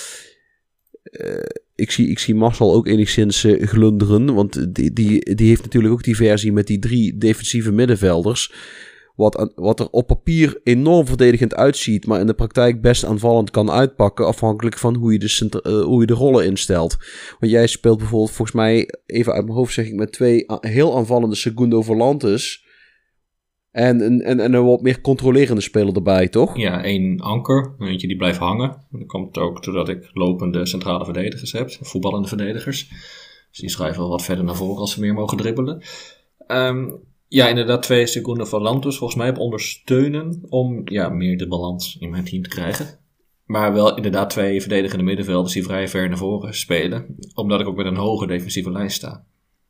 S1: Ik zie Marcel ook enigszins glunderen, want die heeft natuurlijk ook die versie met die 3 defensieve middenvelders. Wat er op papier enorm verdedigend uitziet, maar in de praktijk best aanvallend kan uitpakken, afhankelijk van hoe je de rollen instelt. Want jij speelt bijvoorbeeld, volgens mij, even uit mijn hoofd zeg ik, met 2 heel aanvallende Segundo Volantes en een wat meer controlerende speler erbij, toch?
S3: Ja, 1 anker, eentje die blijft hangen. Dat komt ook doordat ik lopende centrale verdedigers heb, voetballende verdedigers. Dus die schrijven wel wat verder naar voren als ze meer mogen dribbelen. Ja, inderdaad 2 Segundo Volantes volgens mij op ondersteunen om meer de balans in mijn team te krijgen. Maar wel inderdaad 2 verdedigende middenvelders die vrij ver naar voren spelen. Omdat ik ook met een hoge defensieve lijn sta.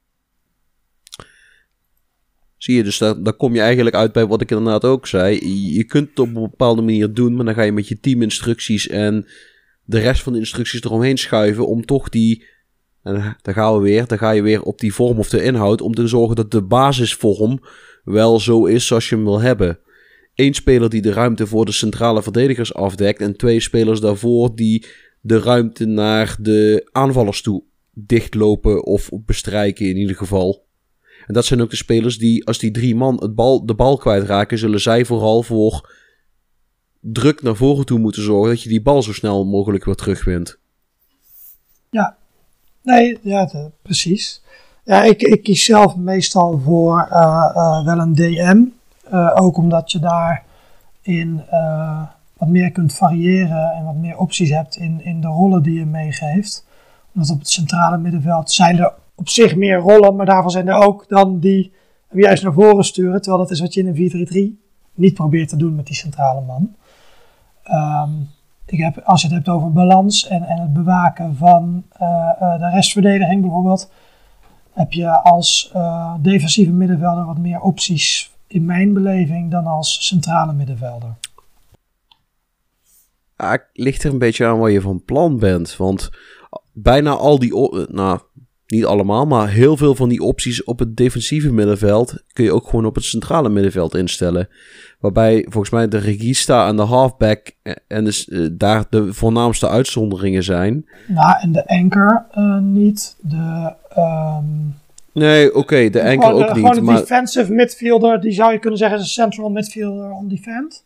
S1: Zie je, dus daar kom je eigenlijk uit bij wat ik inderdaad ook zei. Je kunt het op een bepaalde manier doen, maar dan ga je met je teaminstructies en de rest van de instructies eromheen schuiven om toch die... En dan ga je weer op die vorm of de inhoud om te zorgen dat de basisvorm wel zo is zoals je hem wil hebben. 1 speler die de ruimte voor de centrale verdedigers afdekt en 2 spelers daarvoor die de ruimte naar de aanvallers toe dichtlopen of bestrijken in ieder geval. En dat zijn ook de spelers die, als die 3 man de bal kwijtraken, zullen zij vooral voor druk naar voren toe moeten zorgen dat je die bal zo snel mogelijk weer terugwint.
S4: Ja. Nee, ja, precies. Ja, ik kies zelf meestal voor wel een DM. Ook omdat je daarin wat meer kunt variëren en wat meer opties hebt in de rollen die je meegeeft. Omdat op het centrale middenveld zijn er op zich meer rollen, maar daarvan zijn er ook dan die juist naar voren sturen. Terwijl dat is wat je in een 4-3-3 niet probeert te doen met die centrale man. Als je het hebt over balans en het bewaken van de restverdediging bijvoorbeeld, heb je als defensieve middenvelder wat meer opties in mijn beleving dan als centrale middenvelder.
S1: Ja, het ligt er een beetje aan waar je van plan bent, want bijna al die, niet allemaal, maar heel veel van die opties op het defensieve middenveld kun je ook gewoon op het centrale middenveld instellen. Waarbij volgens mij de regista en de halfback en dus, daar de voornaamste uitzonderingen zijn.
S4: Nou, en de anchor niet.
S1: Nee, oké, de anchor ook niet.
S4: Gewoon een defensive midfielder, die zou je kunnen zeggen is een central midfielder on defend.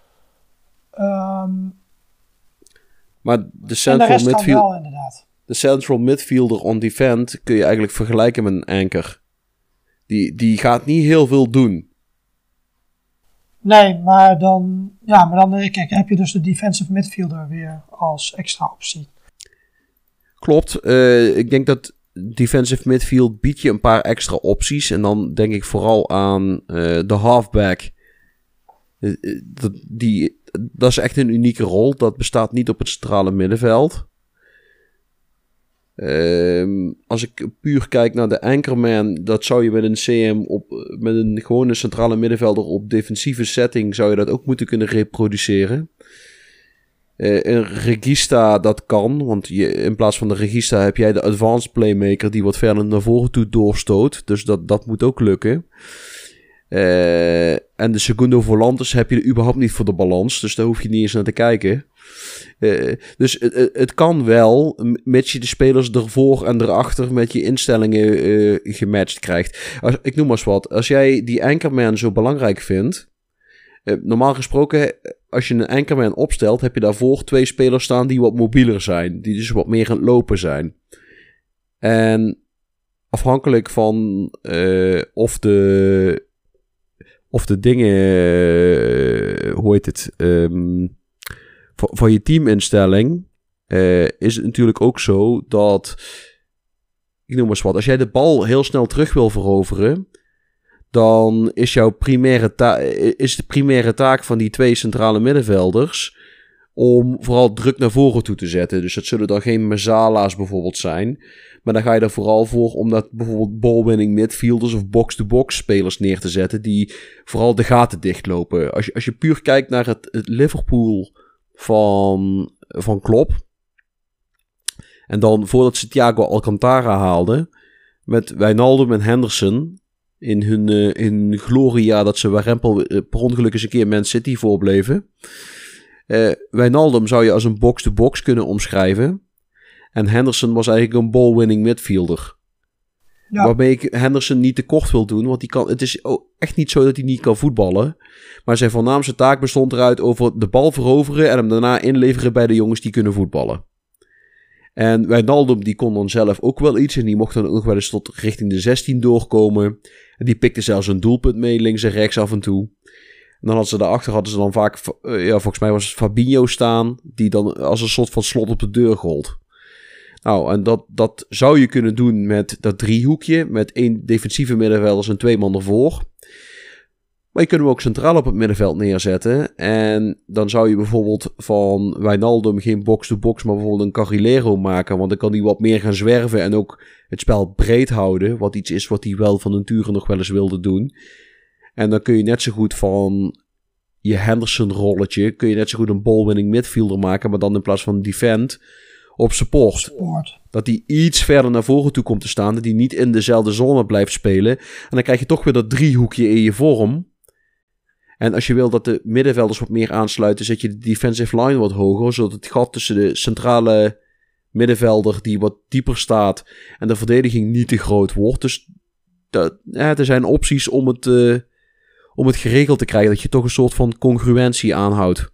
S1: Maar de central midfielder...
S4: wel, inderdaad.
S1: De central midfielder on defend kun je eigenlijk vergelijken met een anchor. Die gaat niet heel veel doen.
S4: Nee, maar dan kijk, heb je dus de defensive midfielder weer als extra optie.
S1: Klopt. Ik denk dat defensive midfield biedt je een paar extra opties. En dan denk ik vooral aan de halfback. Dat is echt een unieke rol. Dat bestaat niet op het centrale middenveld. Als ik puur kijk naar de anchorman, dat zou je met een CM met een gewone centrale middenvelder op defensieve setting zou je dat ook moeten kunnen reproduceren. Een regista dat kan, want in plaats van de regista heb jij de advanced playmaker die wat verder naar voren toe doorstoot, dus dat moet ook lukken. En de Segundo Volantes heb je er überhaupt niet voor de balans, dus daar hoef je niet eens naar te kijken. Dus het kan wel, mits je de spelers ervoor en erachter met je instellingen gematcht krijgt. Ik noem maar eens wat. Als jij die anchorman zo belangrijk vindt, Normaal gesproken, als je een anchorman opstelt, heb je daarvoor 2 spelers staan die wat mobieler zijn. Die dus wat meer aan het lopen zijn. En afhankelijk van of de dingen, hoe heet het, van je teaminstelling, is het natuurlijk ook zo dat, ik noem maar eens wat, als jij de bal heel snel terug wil veroveren, dan is de primaire taak van die 2 centrale middenvelders om vooral druk naar voren toe te zetten. Dus dat zullen dan geen Mezzala's bijvoorbeeld zijn, maar dan ga je er vooral voor om dat bijvoorbeeld ball-winning midfielders of box-to-box spelers neer te zetten die vooral de gaten dichtlopen. Als je puur kijkt naar het Liverpool van Klopp, en dan voordat ze Thiago Alcantara haalden, met Wijnaldum en Henderson in hun gloria dat ze Warempel per ongeluk eens een keer Man City voorbleven. Wijnaldum zou je als een box-to-box kunnen omschrijven. En Henderson was eigenlijk een ball-winning midfielder. Ja. Waarmee ik Henderson niet tekort wil doen. Want het is echt niet zo dat hij niet kan voetballen. Maar zijn voornaamste taak bestond eruit over de bal veroveren en hem daarna inleveren bij de jongens die kunnen voetballen. En Wijnaldum die kon dan zelf ook wel iets. En die mocht dan ook nog wel eens tot richting de 16 doorkomen. En die pikte zelfs een doelpunt mee, links en rechts af en toe. En dan hadden ze dan vaak, volgens mij was het Fabinho staan, die dan als een soort van slot op de deur gold. Nou, en dat zou je kunnen doen met dat driehoekje, met 1 defensieve middenvelder en 2 man ervoor. Maar je kunt hem ook centraal op het middenveld neerzetten. En dan zou je bijvoorbeeld van Wijnaldum geen box-to-box, maar bijvoorbeeld een Carrilero maken. Want dan kan hij wat meer gaan zwerven en ook het spel breed houden. Wat iets is wat hij wel van nature nog wel eens wilde doen. En dan kun je net zo goed van je Henderson-rolletje, kun je net zo goed een ball-winning midfielder maken, maar dan in plaats van defend op support. Dat hij iets verder naar voren toe komt te staan, dat hij niet in dezelfde zone blijft spelen. En dan krijg je toch weer dat driehoekje in je vorm. En als je wil dat de middenvelders wat meer aansluiten, zet je de defensive line wat hoger, zodat het gat tussen de centrale middenvelder die wat dieper staat en de verdediging niet te groot wordt. Dus er zijn opties om het geregeld te krijgen, dat je toch een soort van congruentie aanhoudt.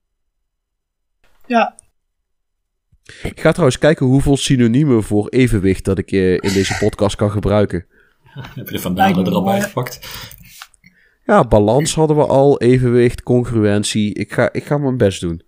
S4: Ja.
S1: Ik ga trouwens kijken hoeveel synoniemen voor evenwicht dat ik in deze podcast kan gebruiken.
S3: Heb je de vandalen er al bij gepakt?
S1: Ja, balans hadden we al, evenwicht, congruentie. Ik ga mijn best doen.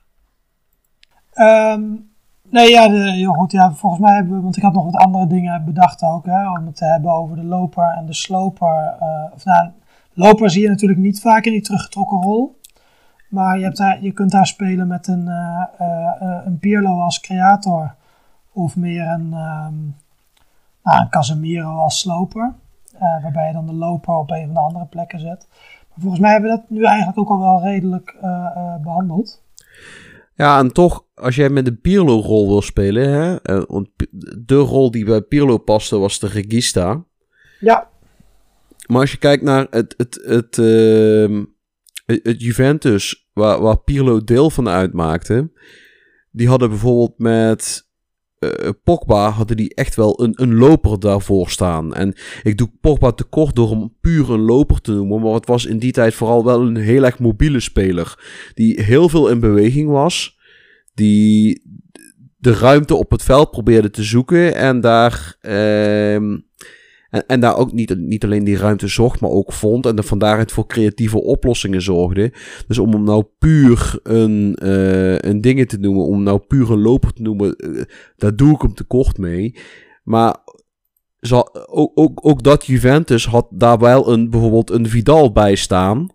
S4: Volgens mij hebben we, want ik had nog wat andere dingen bedacht ook, om het te hebben over de loper en de sloper. Loper zie je natuurlijk niet vaak in die teruggetrokken rol. Maar je kunt daar spelen met een Pirlo als creator. Of meer een Casemiro als sloper. Waarbij je dan de loper op een van de andere plekken zet. Maar volgens mij hebben we dat nu eigenlijk ook al wel redelijk behandeld.
S1: Ja, en toch, als jij met de Pirlo-rol wil spelen, hè, want de rol die bij Pirlo paste was de regista.
S4: Ja.
S1: Maar als je kijkt naar het Juventus, waar Pirlo deel van uitmaakte, die hadden bijvoorbeeld met Pogba hadden die echt wel een loper daarvoor staan. En ik doe Pogba tekort door hem puur een loper te noemen, maar het was in die tijd vooral wel een heel erg mobiele speler, die heel veel in beweging was, die de ruimte op het veld probeerde te zoeken en daar ook niet alleen die ruimte zocht, maar ook vond. En vandaar het voor creatieve oplossingen zorgde. Dus om hem nou puur een dingen te noemen, om hem nou puur een loper te noemen, daar doe ik hem tekort mee. Maar ook dat Juventus had daar wel bijvoorbeeld een Vidal bij staan.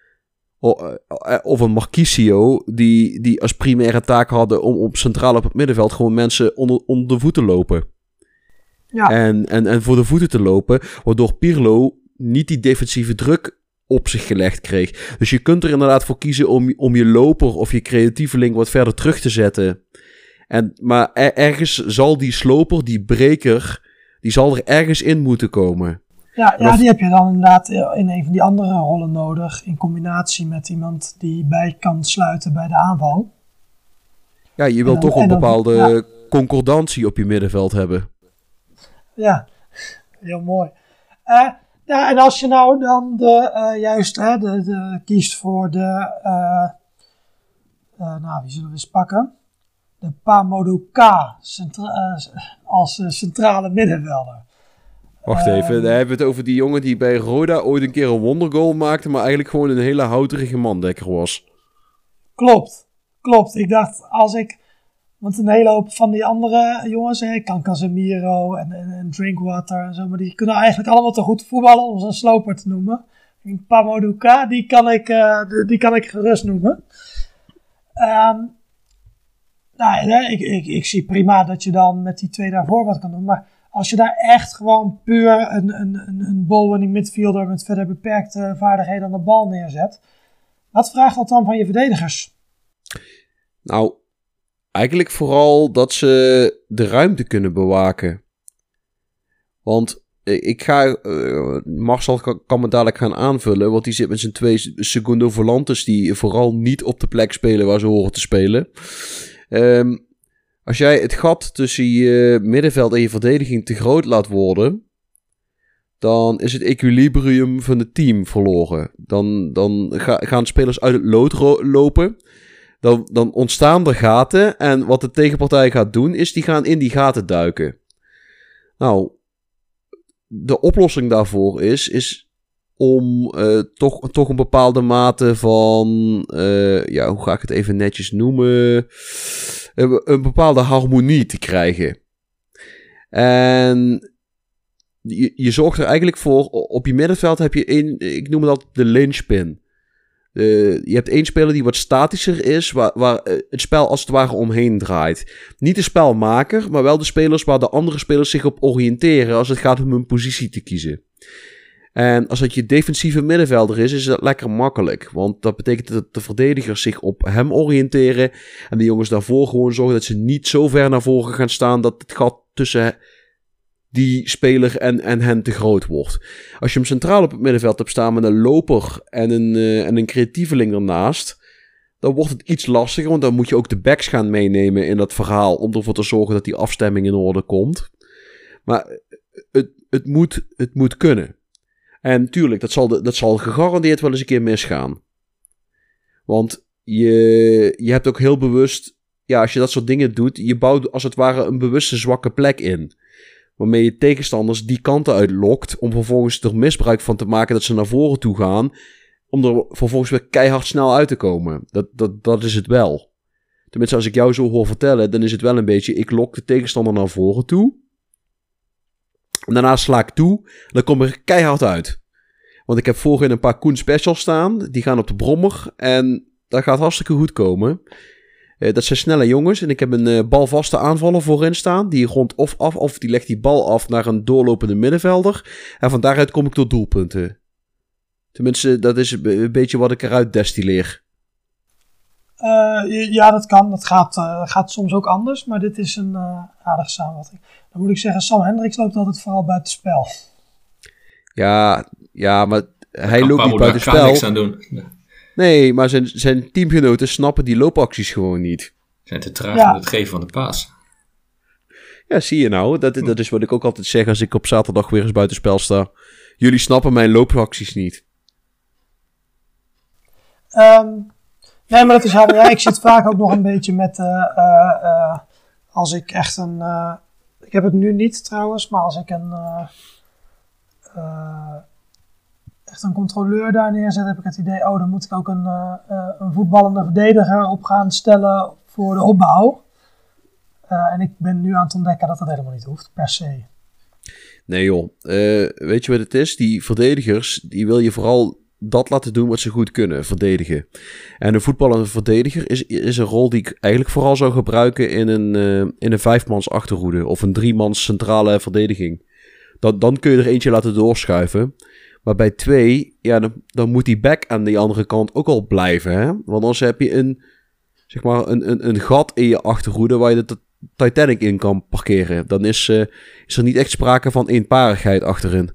S1: Of een Marquisio, die als primaire taak hadden om op centraal op het middenveld gewoon mensen onder de voeten lopen. Ja. En voor de voeten te lopen, waardoor Pirlo niet die defensieve druk op zich gelegd kreeg. Dus je kunt er inderdaad voor kiezen om je loper of je creatieveling wat verder terug te zetten. Maar ergens zal die sloper, die breker, die zal er ergens in moeten komen.
S4: Ja, die heb je dan inderdaad in een van die andere rollen nodig, in combinatie met iemand die bij kan sluiten bij de aanval.
S1: Ja, je wil toch een bepaalde concordantie op je middenveld hebben.
S4: Ja, heel mooi. Ja, en als je nou dan de kiest voor de... wie zullen we eens pakken? De Pamodu K als centrale middenvelder.
S6: Wacht even, dan hebben we het over die jongen die bij Roda ooit een keer een wondergoal maakte, maar eigenlijk gewoon een hele houterige mandekker was.
S4: Klopt. Ik dacht, want een hele hoop van die andere jongens, Casemiro en Drinkwater en zo, maar die kunnen eigenlijk allemaal te goed voetballen om zo'n sloper te noemen. Pamodu K, die kan ik gerust noemen. Ik zie prima dat je dan met die twee daarvoor wat kan doen, maar als je daar echt gewoon puur een ball-winning midfielder met verder beperkte vaardigheden aan de bal neerzet, wat vraagt dat dan van je verdedigers?
S6: Nou, eigenlijk vooral dat ze de ruimte kunnen bewaken. Want Marcel kan me dadelijk gaan aanvullen, want die zit met zijn 2 secondo volantes die vooral niet op de plek spelen waar ze horen te spelen. Als jij het gat tussen je middenveld en je verdediging te groot laat worden, dan is het equilibrium van het team verloren. Dan gaan spelers uit het lood lopen. Dan ontstaan er gaten. En wat de tegenpartij gaat doen, is die gaan in die gaten duiken. Nou, de oplossing daarvoor is om toch een bepaalde mate van, hoe ga ik het even netjes noemen, een bepaalde harmonie te krijgen. En je zorgt er eigenlijk voor, op je middenveld heb je ik noem dat de linchpin. Je hebt 1 speler die wat statischer is, waar het spel als het ware omheen draait. Niet de spelmaker, maar wel de spelers waar de andere spelers zich op oriënteren als het gaat om een positie te kiezen. En als het je defensieve middenvelder is dat lekker makkelijk. Want dat betekent dat de verdedigers zich op hem oriënteren. En de jongens daarvoor gewoon zorgen dat ze niet zo ver naar voren gaan staan dat het gat tussen die speler en hen te groot wordt. Als je hem centraal op het middenveld hebt staan met een loper en een creatieveling ernaast, dan wordt het iets lastiger, want dan moet je ook de backs gaan meenemen in dat verhaal om ervoor te zorgen dat die afstemming in orde komt. Maar het moet kunnen. En tuurlijk, dat zal gegarandeerd wel eens een keer misgaan. Want je hebt ook heel bewust, als je dat soort dingen doet, je bouwt als het ware een bewuste zwakke plek in. Waarmee je tegenstanders die kanten uitlokt om vervolgens er misbruik van te maken dat ze naar voren toe gaan. Om er vervolgens weer keihard snel uit te komen. Dat is het wel. Tenminste, als ik jou zo hoor vertellen, dan is het wel een beetje, ik lok de tegenstander naar voren toe. En daarna sla ik toe, en dan kom ik er keihard uit. Want ik heb voorin een paar Koen Specials staan, die gaan op de brommer. En dat gaat hartstikke goed komen. Dat zijn snelle jongens. En ik heb een balvaste aanvaller voorin staan. Die rond of die legt die bal af naar een doorlopende middenvelder. En van daaruit kom ik tot doelpunten. Tenminste, dat is een beetje wat ik eruit destilleer.
S4: Ja, dat kan. Dat gaat soms ook anders. Maar dit is een aardige samenvatting. Dan moet ik zeggen, Sam Hendricks loopt altijd vooral buitenspel.
S6: Ja, maar hij loopt niet buitenspel. Daar kan niks aan doen. Nee, maar zijn teamgenoten snappen die loopacties gewoon niet.
S3: Zijn te traag met het geven van de paas.
S6: Ja, zie je nou. Dat is wat ik ook altijd zeg als ik op zaterdag weer eens buitenspel sta. Jullie snappen mijn loopacties niet.
S4: Nee, maar dat is helder. Ja, ik zit vaak ook nog een beetje met, als ik echt ik heb het nu niet trouwens, maar als ik echt een controleur daar neerzet, heb ik het idee, dan moet ik ook een voetballende verdediger op gaan stellen voor de opbouw. En ik ben nu aan het ontdekken dat dat helemaal niet hoeft, per se.
S6: Nee joh, weet je wat het is? Die verdedigers, die wil je vooral dat laten doen wat ze goed kunnen, verdedigen. En een voetballende verdediger is een rol die ik eigenlijk vooral zou gebruiken in een 5-mans achterhoede of een 3-mans centrale verdediging. Dan kun je er eentje laten doorschuiven. Maar bij 2, dan moet die back aan die andere kant ook al blijven. Hè? Want anders heb je een gat in je achterhoede waar je de Titanic in kan parkeren. Dan is er niet echt sprake van eenparigheid achterin.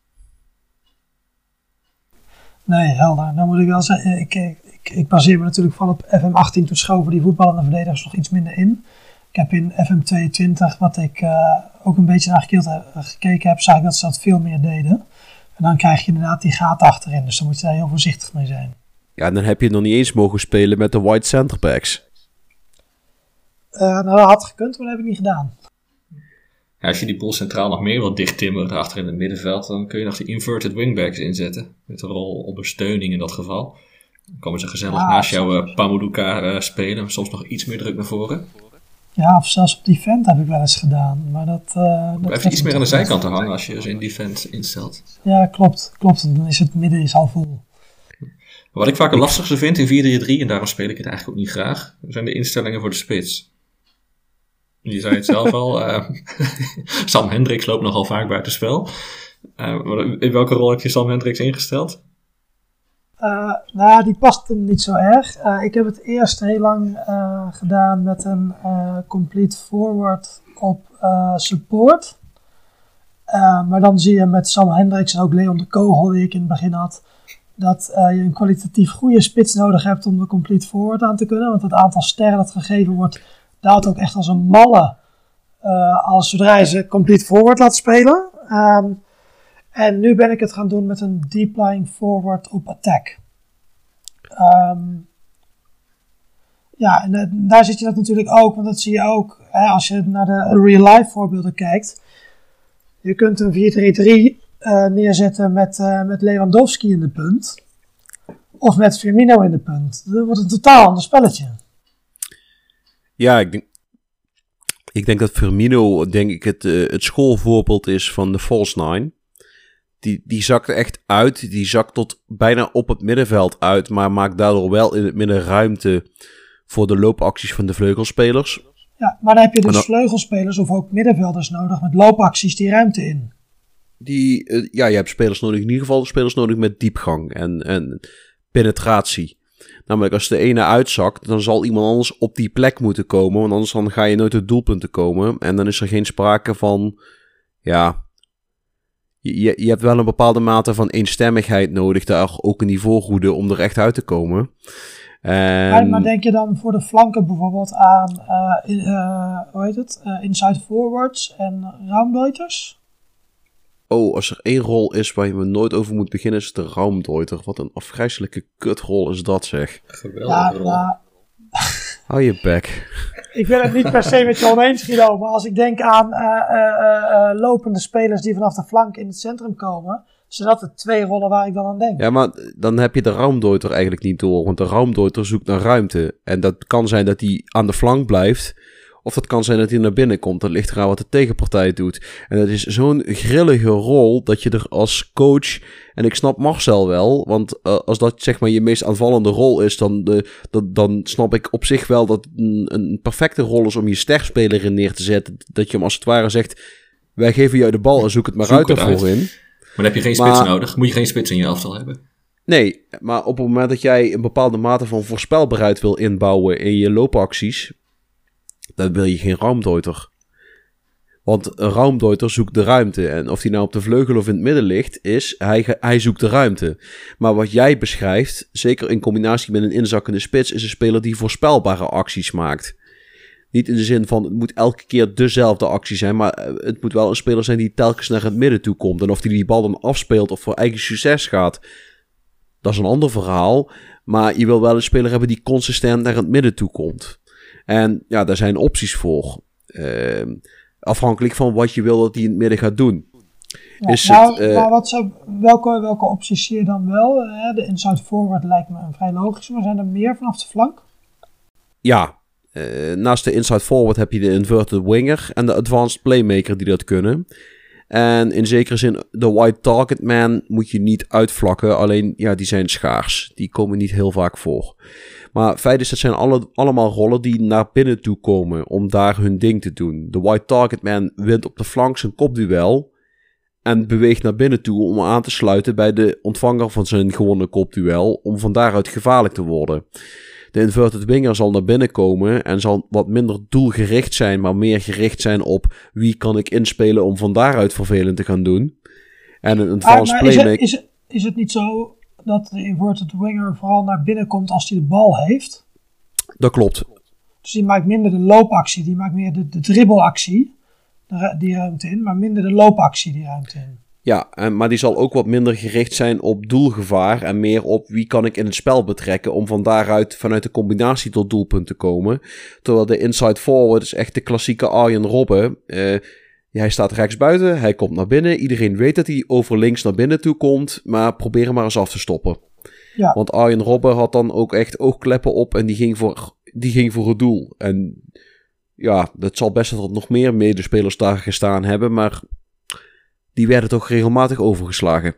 S4: Nee, helder. Dan moet ik wel zeggen, ik baseer me natuurlijk van op FM18, toen schoven die voetballende verdedigers nog iets minder in. Ik heb in FM22, wat ik ook een beetje naar gekeken heb, zag ik dat ze dat veel meer deden. En En dan krijg je inderdaad die gaten achterin. Dus dan moet je daar heel voorzichtig mee zijn.
S6: Ja, en dan heb je nog niet eens mogen spelen met de wide centerbacks.
S4: Nou, dat had gekund, maar dat heb ik niet gedaan.
S3: Ja, als je die boel centraal nog meer wilt dichttimmeren achter in het middenveld, dan kun je nog die inverted wingbacks inzetten. Met een rol ondersteuning in dat geval. Dan komen ze gezellig naast jou Pamuduka spelen. Soms nog iets meer druk naar voren.
S4: Ja, of zelfs op defend heb ik wel eens gedaan. Maar dat
S3: blijf je iets meer aan de zijkant te hangen als je ze in defense instelt.
S4: Ja, klopt. Dan is het midden al vol.
S3: Wat ik vaak het lastigste vind in 4-3-3, en daarom speel ik het eigenlijk ook niet graag, zijn de instellingen voor de spits. Je zei het zelf al, Sam Hendricks loopt nogal vaak buitenspel. In welke rol heb je Sam Hendricks ingesteld?
S4: Die past hem niet zo erg. Ik heb het eerst heel lang gedaan met een complete forward op support. Maar dan zie je met Sam Hendricks en ook Leon de Kogel die ik in het begin had, dat je een kwalitatief goede spits nodig hebt om de complete forward aan te kunnen. Want het aantal sterren dat gegeven wordt, daalt ook echt als een malle als zodra je ze complete forward laat spelen. En nu ben ik het gaan doen met een deep lying forward op attack. En daar zit je dat natuurlijk ook, want dat zie je ook als je naar de real life voorbeelden kijkt. Je kunt een 4-3-3 neerzetten met Lewandowski in de punt. Of met Firmino in de punt. Dat wordt een totaal ander spelletje.
S6: Ja, ik denk dat Firmino het schoolvoorbeeld is van de false nine. Die zakt er echt uit. Die zakt tot bijna op het middenveld uit. Maar maakt daardoor wel in het midden ruimte voor de loopacties van de vleugelspelers.
S4: Ja, maar dan heb je dus vleugelspelers of ook middenvelders nodig met loopacties die ruimte in.
S6: Je hebt spelers nodig. In ieder geval spelers nodig met diepgang en penetratie. Namelijk als de ene uitzakt, dan zal iemand anders op die plek moeten komen. Want anders dan ga je nooit tot doelpunten komen. En dan is er geen sprake van... Ja... Je hebt wel een bepaalde mate van eenstemmigheid nodig, daar ook in die voorhoede, om er echt uit te komen.
S4: Maar denk je dan voor de flanken bijvoorbeeld aan, inside forwards en raumdeuters?
S6: Oh, als er één rol is waar je me nooit over moet beginnen, is het de raumdeuter. Wat een afgrijselijke kutrol is dat, zeg.
S3: Geweldige rol.
S6: Hou je bek.
S4: Ik ben het niet per se met je oneens, Guido, maar als ik denk aan lopende spelers die vanaf de flank in het centrum komen, zijn dat de twee rollen waar ik dan aan denk.
S6: Ja, maar dan heb je de raumdeuter eigenlijk niet door, want de raumdeuter zoekt naar ruimte. En dat kan zijn dat hij aan de flank blijft, of dat kan zijn dat hij naar binnen komt. Dat ligt eraan wat de tegenpartij doet. En dat is zo'n grillige rol dat je er als coach... En ik snap Marcel wel, want als dat zeg maar je meest aanvallende rol is, dan snap ik op zich wel dat een perfecte rol is om je sterspeler in neer te zetten. Dat je hem als het ware zegt, wij geven jou de bal en zoek het maar uit ervoor in.
S3: Maar dan heb je geen spits nodig. Moet je geen spits in je elftal hebben.
S6: Nee, maar op het moment dat jij een bepaalde mate van voorspelbaarheid wil inbouwen in je loopacties, dan wil je geen raumdeuter. Want een raumdeuter zoekt de ruimte. En of die nou op de vleugel of in het midden ligt, is hij zoekt de ruimte. Maar wat jij beschrijft, zeker in combinatie met een inzakkende spits, is een speler die voorspelbare acties maakt. Niet in de zin van, het moet elke keer dezelfde actie zijn, maar het moet wel een speler zijn die telkens naar het midden toe komt. En of die bal dan afspeelt of voor eigen succes gaat, dat is een ander verhaal. Maar je wil wel een speler hebben die consistent naar het midden toe komt. En ja, daar zijn opties voor. Afhankelijk van wat je wil dat hij in het midden gaat doen.
S4: Ja, welke opties zie je dan wel? De inside forward lijkt me vrij logisch, maar zijn er meer vanaf de flank?
S6: Ja, naast de inside forward heb je de inverted winger en de advanced playmaker die dat kunnen. En in zekere zin, de wide target man moet je niet uitvlakken, alleen ja, die zijn schaars. Die komen niet heel vaak voor. Maar feit is, dat zijn allemaal rollen die naar binnen toe komen om daar hun ding te doen. De wide target man wint op de flank zijn kopduel en beweegt naar binnen toe om aan te sluiten bij de ontvanger van zijn gewonnen kopduel, om van daaruit gevaarlijk te worden. De inverted winger zal naar binnen komen en zal wat minder doelgericht zijn, maar meer gericht zijn op wie kan ik inspelen om van daaruit vervelend te gaan doen. En een advanced playmaker...
S4: Is het niet zo dat de inverted winger vooral naar binnen komt als hij de bal heeft?
S6: Dat klopt.
S4: Dus die maakt minder de loopactie, die maakt meer de dribbelactie, die ruimte in, maar minder de loopactie die ruimte in.
S6: Ja, maar die zal ook wat minder gericht zijn op doelgevaar en meer op wie kan ik in het spel betrekken om van daaruit vanuit de combinatie tot doelpunt te komen. Terwijl de inside forward is echt de klassieke Arjen Robben. Hij staat rechtsbuiten, hij komt naar binnen. Iedereen weet dat hij over links naar binnen toe komt, maar probeer hem maar eens af te stoppen. Ja. Want Arjen Robben had dan ook echt oogkleppen op en die ging voor het doel. En ja, het zal best dat er nog meer medespelers daar gestaan hebben, maar die werden toch regelmatig overgeslagen.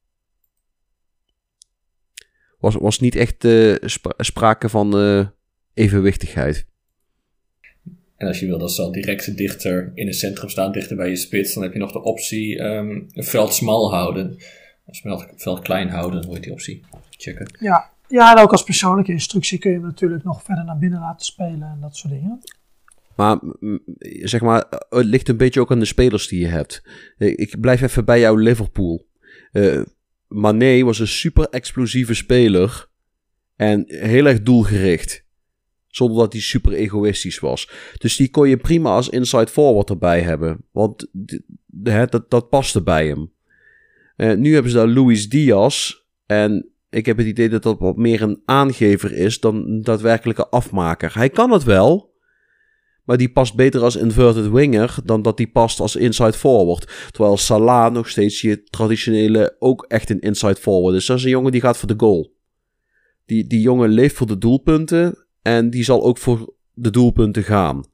S6: Was niet echt sprake van evenwichtigheid.
S3: En als je wil dat ze al direct dichter in het centrum staan, dichter bij je spits, dan heb je nog de optie een veld smal houden. Veld klein houden, hoe heet die optie? Checken.
S4: Ja, en ook als persoonlijke instructie kun je hem natuurlijk nog verder naar binnen laten spelen en dat soort dingen.
S6: Maar zeg maar, het ligt een beetje ook aan de spelers die je hebt. Ik blijf even bij jouw Liverpool. Mané was een super explosieve speler en heel erg doelgericht. Zonder dat hij super egoïstisch was. Dus die kon je prima als inside forward erbij hebben. Want dat paste bij hem. Nu hebben ze daar Luis Diaz. En ik heb het idee dat dat wat meer een aangever is dan een daadwerkelijke afmaker. Hij kan het wel. Maar die past beter als inverted winger dan dat die past als inside forward. Terwijl Salah nog steeds je traditionele ook echt een inside forward is. Dat is een jongen die gaat voor de goal. Die jongen leeft voor de doelpunten. En die zal ook voor de doelpunten gaan.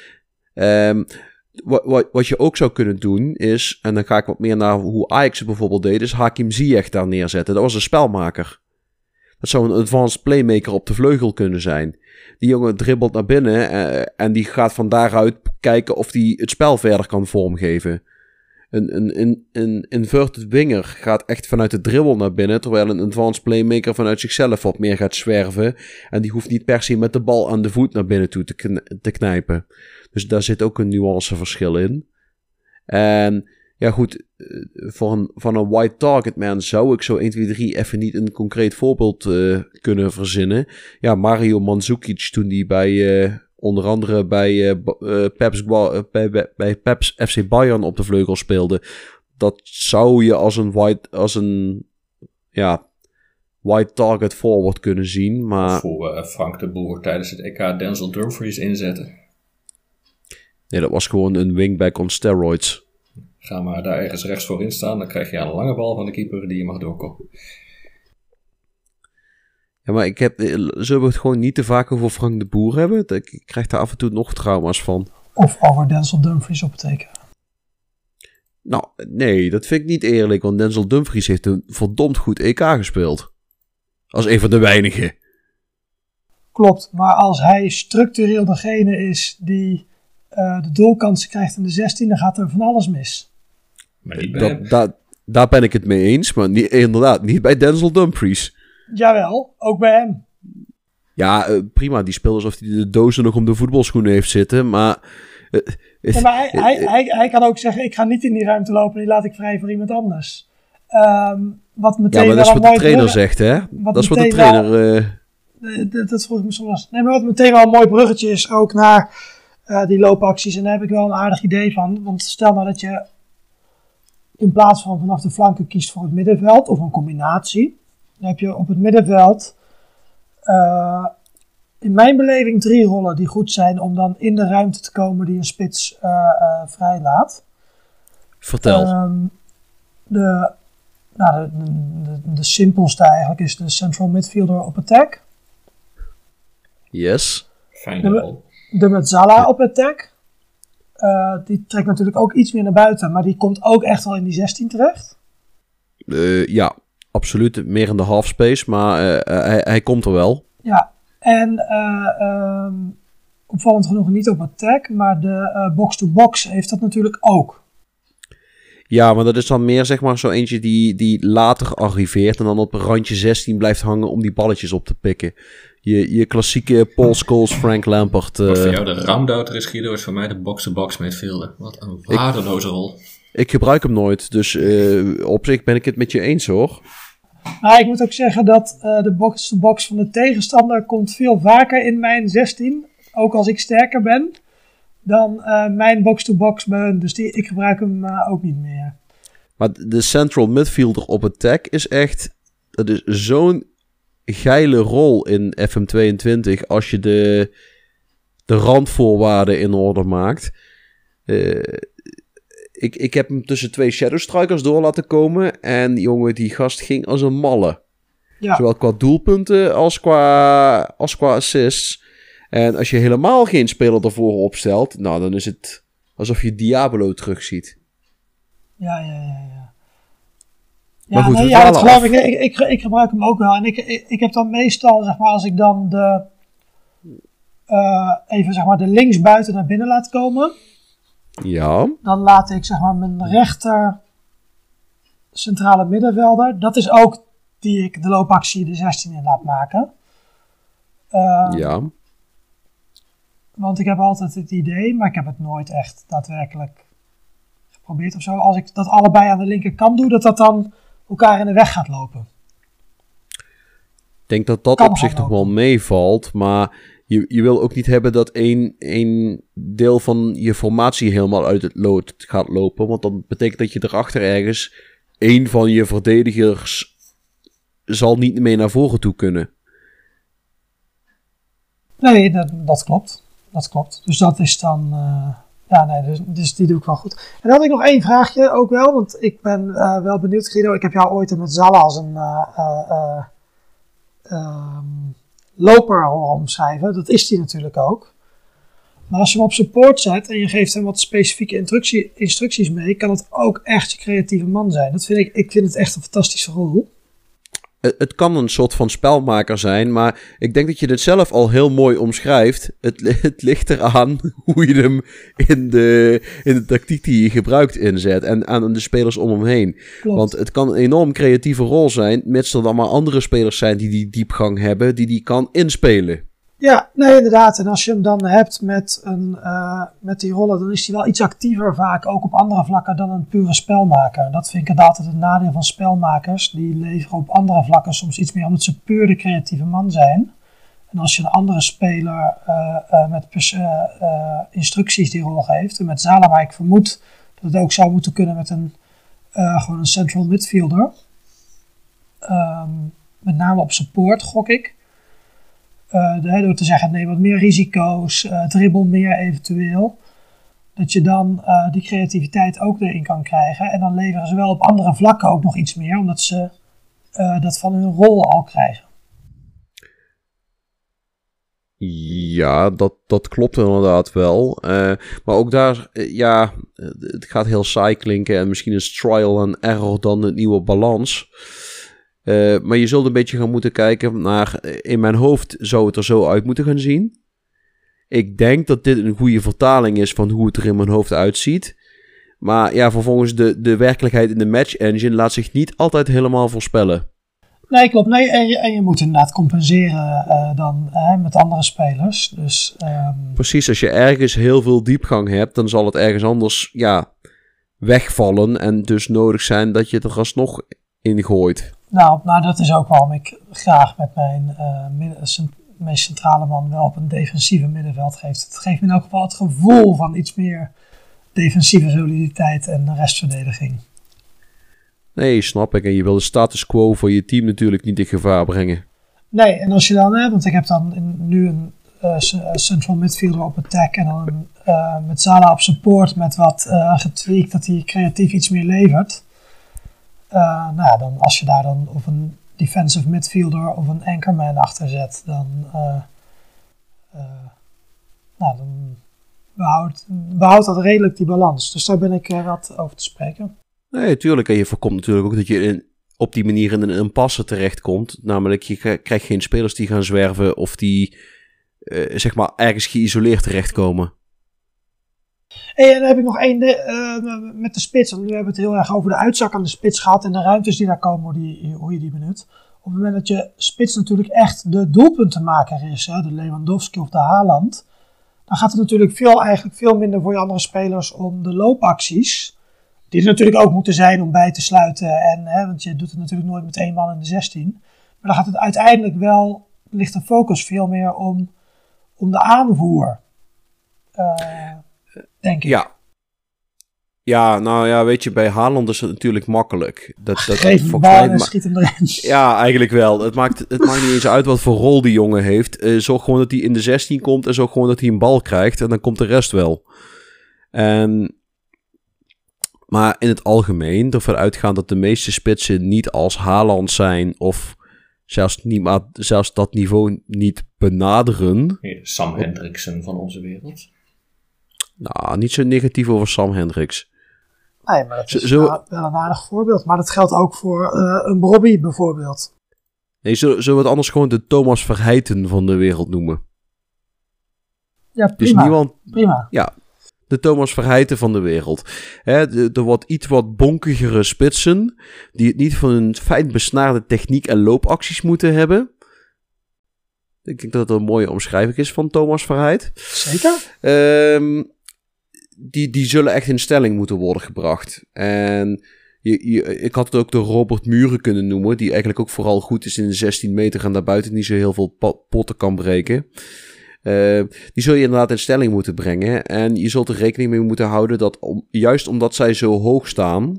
S6: Wat je ook zou kunnen doen is, en dan ga ik wat meer naar hoe Ajax het bijvoorbeeld deed, is Hakim Ziyech daar neerzetten. Dat was een spelmaker. Dat zou een advanced playmaker op de vleugel kunnen zijn. Die jongen dribbelt naar binnen en die gaat van daaruit kijken of hij het spel verder kan vormgeven. Een inverted winger gaat echt vanuit de dribbel naar binnen, terwijl een advanced playmaker vanuit zichzelf wat meer gaat zwerven. En die hoeft niet per se met de bal aan de voet naar binnen toe te knijpen. Dus daar zit ook een nuanceverschil in. En ja goed, van een white target man zou ik zo 1, 2, 3 even niet een concreet voorbeeld kunnen verzinnen. Ja, Mario Mandzukic toen die bij onder andere bij Pep's FC Bayern op de vleugel speelde. Dat zou je als een white target forward kunnen zien. Maar
S3: voor Frank de Boer tijdens het EK Denzel Dumfries inzetten.
S6: Nee, dat was gewoon een wingback on steroids.
S3: Ga maar daar ergens rechts voorin staan. Dan krijg je een lange bal van de keeper die je mag doorkomen.
S6: Ja, maar zullen we het gewoon niet te vaak over Frank de Boer hebben? Ik krijg daar af en toe nog trauma's van.
S4: Of over Denzel Dumfries op het EK.
S6: Nou, nee, dat vind ik niet eerlijk. Want Denzel Dumfries heeft een verdomd goed EK gespeeld. Als een van de weinigen.
S4: Klopt, maar als hij structureel degene is die de doelkansen krijgt in de 16, dan gaat er van alles mis.
S3: Maar
S6: daar ben ik het mee eens, maar inderdaad, niet bij Denzel Dumfries.
S4: Jawel, ook bij hem.
S6: Ja, prima, die speelt alsof hij de dozen nog om de voetbalschoenen heeft zitten, maar...
S4: maar hij kan ook zeggen, ik ga niet in die ruimte lopen, die laat ik vrij voor iemand anders. Wat meteen
S6: ja, maar dat is wat de trainer zegt, hè? Dat is wat de trainer...
S4: Dat vroeg ik me soms. Nee, maar wat meteen wel een mooi bruggetje is ook naar die loopacties. En daar heb ik wel een aardig idee van. Want stel nou dat je in plaats van vanaf de flanken kiest voor het middenveld of een combinatie. Dan heb je op het middenveld in mijn beleving 3 rollen die goed zijn om dan in de ruimte te komen die een spits vrij laat.
S6: Vertel.
S4: De simpelste eigenlijk is de central midfielder op attack.
S6: Yes.
S3: Fijn wel.
S4: De Mezzala op attack. Die trekt natuurlijk ook iets meer naar buiten, maar die komt ook echt wel in die 16 terecht.
S6: Ja, absoluut. Meer in de half space, maar hij komt er wel.
S4: Ja, en opvallend genoeg niet op attack, maar de box-to-box heeft dat natuurlijk ook.
S6: Ja, maar dat is dan meer zeg maar zo eentje die later arriveert en dan op een randje 16 blijft hangen om die balletjes op te pikken. Je klassieke Paul Scholes, Frank Lampard.
S3: Wat voor jou de ramdouter is, Guido, is voor mij de box-to-box midfielder. Wat een waardeloze rol.
S6: Ik gebruik hem nooit, dus op zich ben ik het met je eens hoor.
S4: Maar ik moet ook zeggen dat de box-to-box van de tegenstander komt veel vaker in mijn 16. Ook als ik sterker ben dan mijn box-to-box bij hun. Dus ik gebruik hem ook niet meer.
S6: Maar de central midfielder op attack is echt... Dat is zo'n geile rol in FM22 als je de randvoorwaarden in orde maakt. Ik heb hem tussen 2 shadow strikers door laten komen. En jongen, die gast ging als een malle. Ja. Zowel qua doelpunten als qua assists. En als je helemaal geen speler ervoor opstelt, nou, dan is het alsof je Diablo terugziet.
S4: Ja. Maar goed, dat geloof ik. Ik gebruik hem ook wel. En ik heb dan meestal, zeg maar, als ik dan even zeg maar de linksbuiten naar binnen laat komen.
S6: Ja.
S4: Dan laat ik zeg maar mijn rechter centrale middenvelder. Dat is ook die ik de loopactie de 16 in laat maken.
S6: Ja.
S4: Want ik heb altijd het idee, maar ik heb het nooit echt daadwerkelijk geprobeerd of zo. Als ik dat allebei aan de linkerkant doe, dat dan elkaar in de weg gaat lopen.
S6: Ik denk dat op zich nog wel meevalt, maar je wil ook niet hebben dat één deel van je formatie helemaal uit het lood gaat lopen. Want dan betekent dat je erachter ergens één van je verdedigers zal niet meer naar voren toe kunnen.
S4: Nee, dat klopt. Dat klopt. Dus dat is dan... dus die doe ik wel goed. En dan had ik nog 1 vraagje ook wel, want ik ben wel benieuwd, Guido. Ik heb jou ooit met Zala als een loper horen omschrijven. Dat is die natuurlijk ook. Maar als je hem op support zet en je geeft hem wat specifieke instructies mee, kan het ook echt je creatieve man zijn. Dat vind ik vind het echt een fantastische rol.
S6: Het kan een soort van spelmaker zijn, maar ik denk dat je het zelf al heel mooi omschrijft. Het ligt eraan hoe je hem in de tactiek die je gebruikt inzet en aan de spelers om hem heen. Klopt. Want het kan een enorm creatieve rol zijn, mits er dan maar andere spelers zijn die diepgang hebben, die kan inspelen. Ja,
S4: nee, inderdaad. En als je hem dan hebt met die rollen, dan is hij wel iets actiever vaak, ook op andere vlakken, dan een pure spelmaker. Dat vind ik altijd het nadeel van spelmakers. Die leveren op andere vlakken soms iets meer, omdat ze puur de creatieve man zijn. En als je een andere speler met instructies die rol geeft, en met Zala, maar ik vermoed dat het ook zou moeten kunnen met gewoon een central midfielder. Met name op support, gok ik. Door te zeggen, neem wat meer risico's, dribbel meer eventueel. Dat je dan die creativiteit ook erin kan krijgen. En dan leveren ze wel op andere vlakken ook nog iets meer, omdat ze dat van hun rol al krijgen.
S6: Ja, dat klopt inderdaad wel. Maar ook daar, het gaat heel saai klinken en misschien is trial and error dan het nieuwe balans. Maar je zult een beetje gaan moeten kijken naar... In mijn hoofd zou het er zo uit moeten gaan zien. Ik denk dat dit een goede vertaling is van hoe het er in mijn hoofd uitziet. Maar ja, vervolgens de werkelijkheid in de match engine laat zich niet altijd helemaal voorspellen.
S4: Nee, klopt. Nee, en je moet inderdaad compenseren dan met andere spelers. Dus,
S6: Precies, als je ergens heel veel diepgang hebt, dan zal het ergens anders wegvallen. En dus nodig zijn dat je het er alsnog in gooit.
S4: Nou, dat is ook waarom ik graag met mijn meest centrale man wel op een defensieve middenveld geef. Het geeft me in elk geval het gevoel van iets meer defensieve soliditeit en restverdediging.
S6: Nee, snap ik. En je wil de status quo voor je team natuurlijk niet in gevaar brengen.
S4: Nee, en als je dan, want ik heb dan nu een central midfielder op attack en dan met Zala op support met wat getweakt dat hij creatief iets meer levert. Dan als je daar dan of een defensive midfielder of een anchorman achter zet, dan behoudt dat redelijk die balans. Dus daar ben ik wat over te spreken.
S6: Nee, tuurlijk. En je voorkomt natuurlijk ook dat je op die manier in een impasse terechtkomt. Namelijk, je krijgt geen spelers die gaan zwerven of die ergens geïsoleerd terechtkomen.
S4: En dan heb ik nog één met de spits. Want nu hebben we het heel erg over de uitzak aan de spits gehad en de ruimtes die daar komen, hoe je die benut. Op het moment dat je spits natuurlijk echt de doelpuntenmaker is, de Lewandowski of de Haaland, dan gaat het natuurlijk veel minder voor je andere spelers om de loopacties. Die er natuurlijk ook moeten zijn om bij te sluiten. Want je doet het natuurlijk nooit met 1 man in de 16. Maar dan gaat het uiteindelijk wel, ligt de focus veel meer om de aanvoer. Denk ik.
S6: Ja. Ja, nou ja, weet je, bij Haaland is het natuurlijk makkelijk.
S4: Geef hem de bal en schiet hem erin.
S6: Ja, eigenlijk wel. Het maakt niet eens uit wat voor rol die jongen heeft. Zorg gewoon dat hij in de 16 komt en zorg gewoon dat hij een bal krijgt. En dan komt de rest wel. Maar in het algemeen, ervan uitgaan dat de meeste spitsen niet als Haaland zijn of zelfs dat niveau niet benaderen.
S3: Sam Hendriksen van onze wereld.
S6: Nou, niet zo negatief over Sam Hendricks.
S4: Nee, maar dat is wel een aardig voorbeeld. Maar dat geldt ook voor een Robbie bijvoorbeeld.
S6: Nee, zullen we het anders gewoon de Thomas Verheijten van de wereld noemen?
S4: Ja, prima. Dus prima.
S6: Ja, de Thomas Verheijten van de wereld. De iets wat bonkigere spitsen, die het niet van een fijn besnaarde techniek en loopacties moeten hebben. Ik denk dat dat een mooie omschrijving is van Thomas Verheid.
S4: Zeker.
S6: Die zullen echt in stelling moeten worden gebracht. En ik had het ook de Robert Muren kunnen noemen, die eigenlijk ook vooral goed is in de 16 meter en daarbuiten niet zo heel veel potten kan breken. Die zul je inderdaad in stelling moeten brengen. En je zult er rekening mee moeten houden dat juist omdat zij zo hoog staan,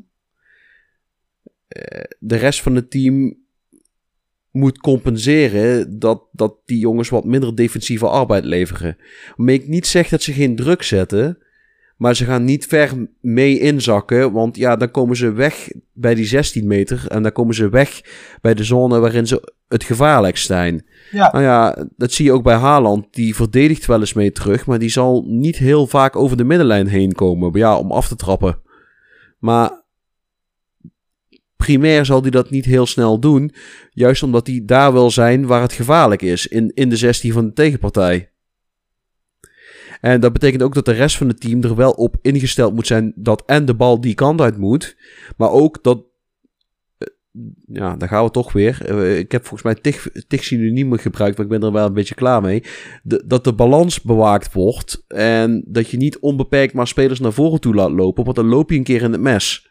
S6: de rest van het team moet compenseren dat die jongens wat minder defensieve arbeid leveren. Waarmee ik niet zeg dat ze geen druk zetten, maar ze gaan niet ver mee inzakken, want ja, dan komen ze weg bij die 16 meter en dan komen ze weg bij de zone waarin ze het gevaarlijkst zijn. Ja. Nou ja, dat zie je ook bij Haaland. Die verdedigt wel eens mee terug, maar die zal niet heel vaak over de middenlijn heen komen, ja, om af te trappen. Maar primair zal hij dat niet heel snel doen, juist omdat hij daar wil zijn waar het gevaarlijk is, in de 16 van de tegenpartij. En dat betekent ook dat de rest van het team er wel op ingesteld moet zijn dat en de bal die kant uit moet, maar ook dat, ja, daar gaan we toch weer. Ik heb volgens mij tig synoniemen gebruikt, maar ik ben er wel een beetje klaar mee. Dat de balans bewaakt wordt en dat je niet onbeperkt maar spelers naar voren toe laat lopen, want dan loop je een keer in het mes.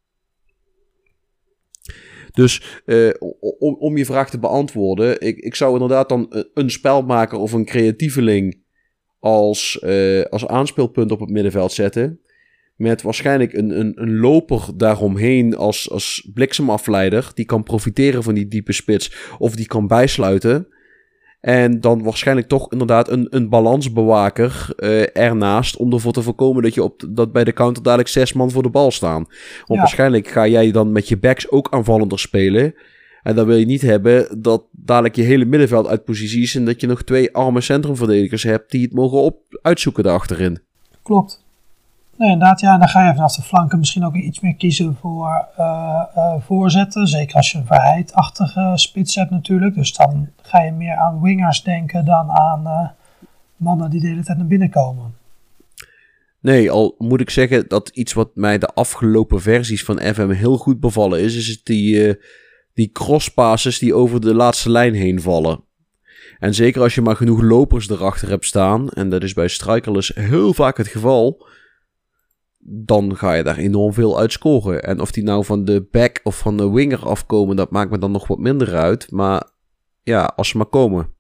S6: Dus om je vraag te beantwoorden, ik zou inderdaad dan een spelmaker of een creatieveling als aanspeelpunt op het middenveld zetten. Met waarschijnlijk een loper daaromheen als bliksemafleider. Die kan profiteren van die diepe spits. Of die kan bijsluiten. En dan waarschijnlijk toch inderdaad een balansbewaker ernaast. Om ervoor te voorkomen dat bij de counter dadelijk 6 man voor de bal staan. Want waarschijnlijk ga jij dan met je backs ook aanvallender spelen. En dan wil je niet hebben dat dadelijk je hele middenveld uit positie is. En dat je nog 2 arme centrumverdedigers hebt die het mogen uitzoeken daarachterin.
S4: Klopt. Nee, inderdaad, ja. En dan ga je vanaf de flanken misschien ook iets meer kiezen voor voorzetten. Zeker als je een Verheid-achtige spits hebt natuurlijk. Dus dan ga je meer aan wingers denken dan aan mannen die de hele tijd naar binnen komen.
S6: Nee, al moet ik zeggen dat iets wat mij de afgelopen versies van FM heel goed bevallen is die crosspasses die over de laatste lijn heen vallen. En zeker als je maar genoeg lopers erachter hebt staan, en dat is bij strikerless heel vaak het geval, dan ga je daar enorm veel uit scoren. En of die nou van de back of van de winger afkomen, dat maakt me dan nog wat minder uit. Maar ja, als ze maar komen.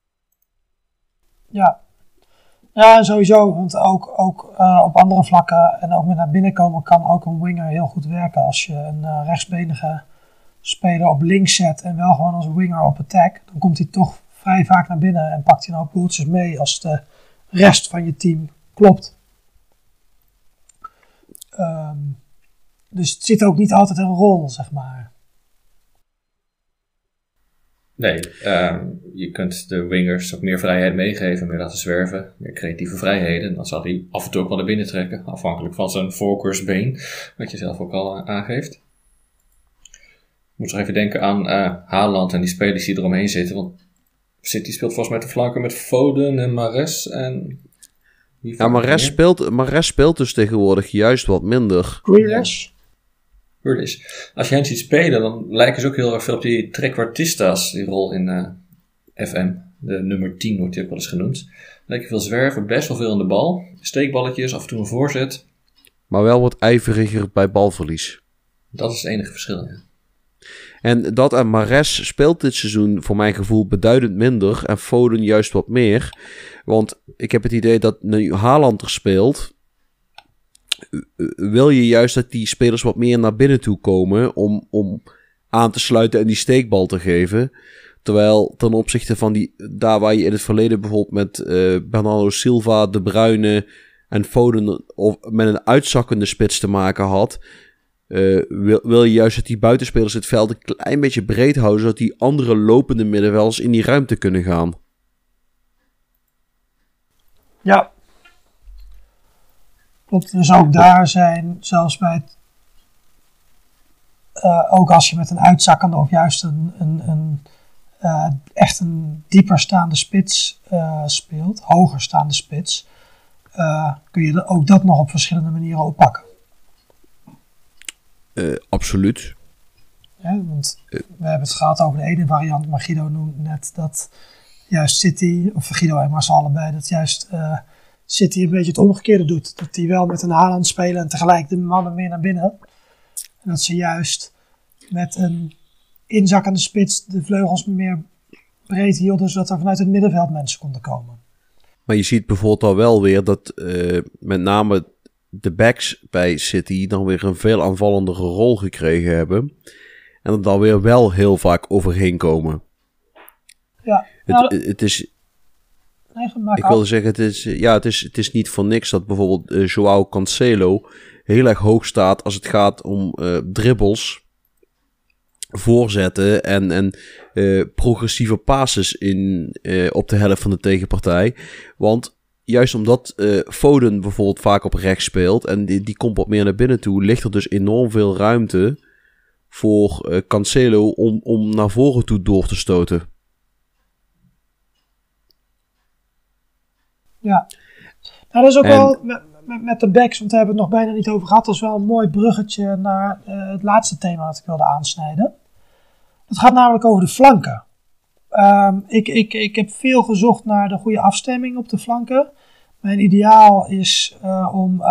S4: Ja, sowieso. Want ook op andere vlakken en ook met naar binnen komen kan ook een winger heel goed werken. Als je een rechtsbenige speler op links zet en wel gewoon als winger op attack, dan komt hij toch vrij vaak naar binnen en pakt hij nou boeltjes mee als de rest van je team klopt. Dus het zit ook niet altijd in een rol, zeg maar.
S3: Nee, je kunt de wingers ook meer vrijheid meegeven, meer laten zwerven, meer creatieve vrijheden. En dan zal hij af en toe ook wel naar binnen trekken, afhankelijk van zijn voorkeursbeen, wat je zelf ook al aangeeft. Ik moet nog even denken aan Haaland en die spelers die eromheen zitten. Want City speelt volgens mij te flanken met Foden en Mahrez.
S6: Ja, Mahrez speelt dus tegenwoordig juist wat minder.
S4: Grealish.
S3: Als je hen ziet spelen, dan lijken ze ook heel erg veel op die trequartistas, die rol in FM. De nummer 10 wordt die ook wel eens genoemd. Lekker veel zwerven, best wel veel aan de bal. Steekballetjes, af en toe een voorzet.
S6: Maar wel wat ijveriger bij balverlies.
S3: Dat is het enige verschil, ja.
S6: En Mahrez speelt dit seizoen voor mijn gevoel beduidend minder en Foden juist wat meer. Want ik heb het idee dat nu Haaland er speelt, wil je juist dat die spelers wat meer naar binnen toe komen om aan te sluiten en die steekbal te geven. Terwijl ten opzichte van daar waar je in het verleden bijvoorbeeld met Bernardo Silva, De Bruyne en Foden of met een uitzakkende spits te maken had, wil je juist dat die buitenspelers het veld een klein beetje breed houden, zodat die andere lopende middenvelders in die ruimte kunnen gaan.
S4: Ja. Klopt, dus ook daar zijn, zelfs bij het, ook als je met een uitzakkende of juist echt een dieper staande spits speelt, hoger staande spits, kun je ook dat nog op verschillende manieren oppakken.
S6: Absoluut.
S4: Ja, want we hebben het gehad over de ene variant, maar Guido noemt net dat juist City, of Guido en Marcel allebei, dat juist City een beetje het omgekeerde doet. Dat die wel met een Haaland spelen en tegelijk de mannen meer naar binnen. En dat ze juist met een inzakkende spits de vleugels meer breed hielden, zodat er vanuit het middenveld mensen konden komen.
S6: Maar je ziet bijvoorbeeld al wel weer dat met name de backs bij City dan weer een veel aanvallendere rol gekregen hebben. En er dan weer wel heel vaak overheen komen.
S4: Ja,
S6: het is... Ik wilde zeggen, het is niet voor niks dat bijvoorbeeld João Cancelo heel erg hoog staat als het gaat om dribbles, voorzetten en progressieve passes op de helft van de tegenpartij. Want juist omdat Foden bijvoorbeeld vaak op rechts speelt en die komt wat meer naar binnen toe, ligt er dus enorm veel ruimte voor Cancelo om naar voren toe door te stoten.
S4: Ja, nou, dat is ook wel met de backs, want daar hebben we het nog bijna niet over gehad. Dat is wel een mooi bruggetje naar het laatste thema dat ik wilde aansnijden. Het gaat namelijk over de flanken. Ik heb veel gezocht naar de goede afstemming op de flanken. Mijn ideaal is om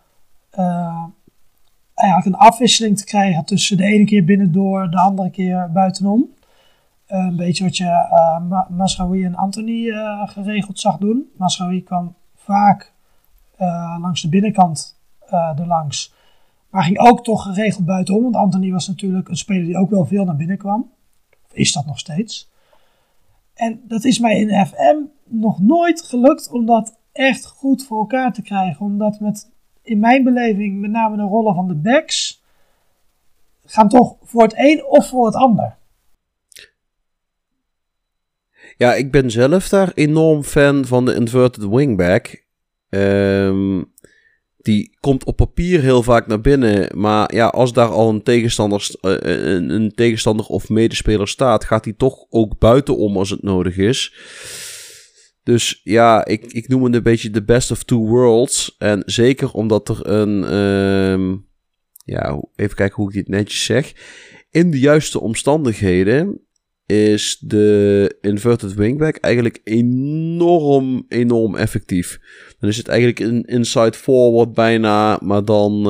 S4: eigenlijk een afwisseling te krijgen tussen de ene keer binnendoor, de andere keer buitenom. Een beetje wat je Mazraoui en Anthony geregeld zag doen. Mazraoui kwam vaak langs de binnenkant erlangs. Maar ging ook toch geregeld buitenom. Want Anthony was natuurlijk een speler die ook wel veel naar binnen kwam. Is dat nog steeds. En dat is mij in FM nog nooit gelukt om dat echt goed voor elkaar te krijgen. Omdat in mijn beleving met name de rollen van de backs gaan toch voor het een of voor het ander.
S6: Ja, ik ben zelf daar enorm fan van de inverted wingback. Die komt op papier heel vaak naar binnen. Maar ja, als daar al een tegenstander of medespeler staat, gaat hij toch ook buitenom als het nodig is. Dus ja, ik noem het een beetje the best of two worlds. En zeker omdat er even kijken hoe ik dit netjes zeg. In de juiste omstandigheden is de inverted wingback eigenlijk enorm effectief. Dan is het eigenlijk een inside forward bijna, maar dan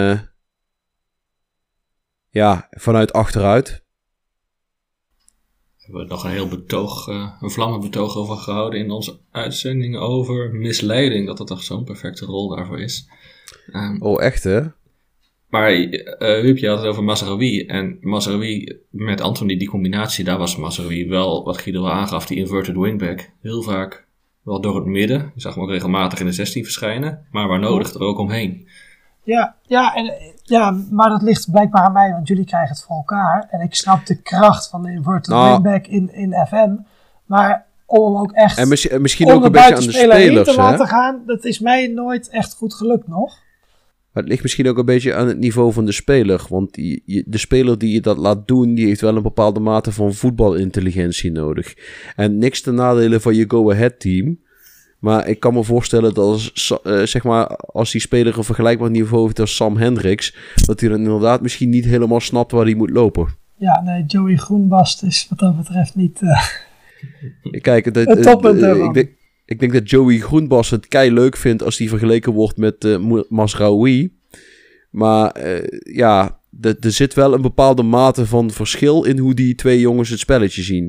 S6: vanuit achteruit.
S3: We hebben nog een heel een vlammenbetoog over gehouden in onze uitzending over misleiding, dat toch zo'n perfecte rol daarvoor is.
S6: Echt hè?
S3: Maar Huub, je had het over Mazraoui. En Mazraoui met Anthony, die combinatie, daar was Mazraoui wel, wat Guido al aangaf, die inverted wingback. Heel vaak wel door het midden. Je zag hem ook regelmatig in de 16 verschijnen. Maar waar nodig er ook omheen.
S4: Ja, maar dat ligt blijkbaar aan mij, want jullie krijgen het voor elkaar. En ik snap de kracht van de inverted wingback in FM. Maar om hem ook echt
S6: en misschien ook een beetje aan de spelers
S4: te laten gaan, dat is mij nooit echt goed gelukt nog.
S6: Maar het ligt misschien ook een beetje aan het niveau van de speler. Want de speler die je dat laat doen, die heeft wel een bepaalde mate van voetbalintelligentie nodig. En niks ten nadele van je go-ahead team. Maar ik kan me voorstellen dat als die speler een vergelijkbaar niveau heeft als Sam Hendricks, dat hij dan inderdaad misschien niet helemaal snapt waar hij moet lopen.
S4: Ja, nee, Joey Groenbast is wat dat betreft niet
S6: Kijk,
S4: het toppunt ervan.
S6: Ik denk dat Joey Groenbast het kei leuk vindt als die vergeleken wordt met Mazraoui. Maar er zit wel een bepaalde mate van verschil in hoe die twee jongens het spelletje zien.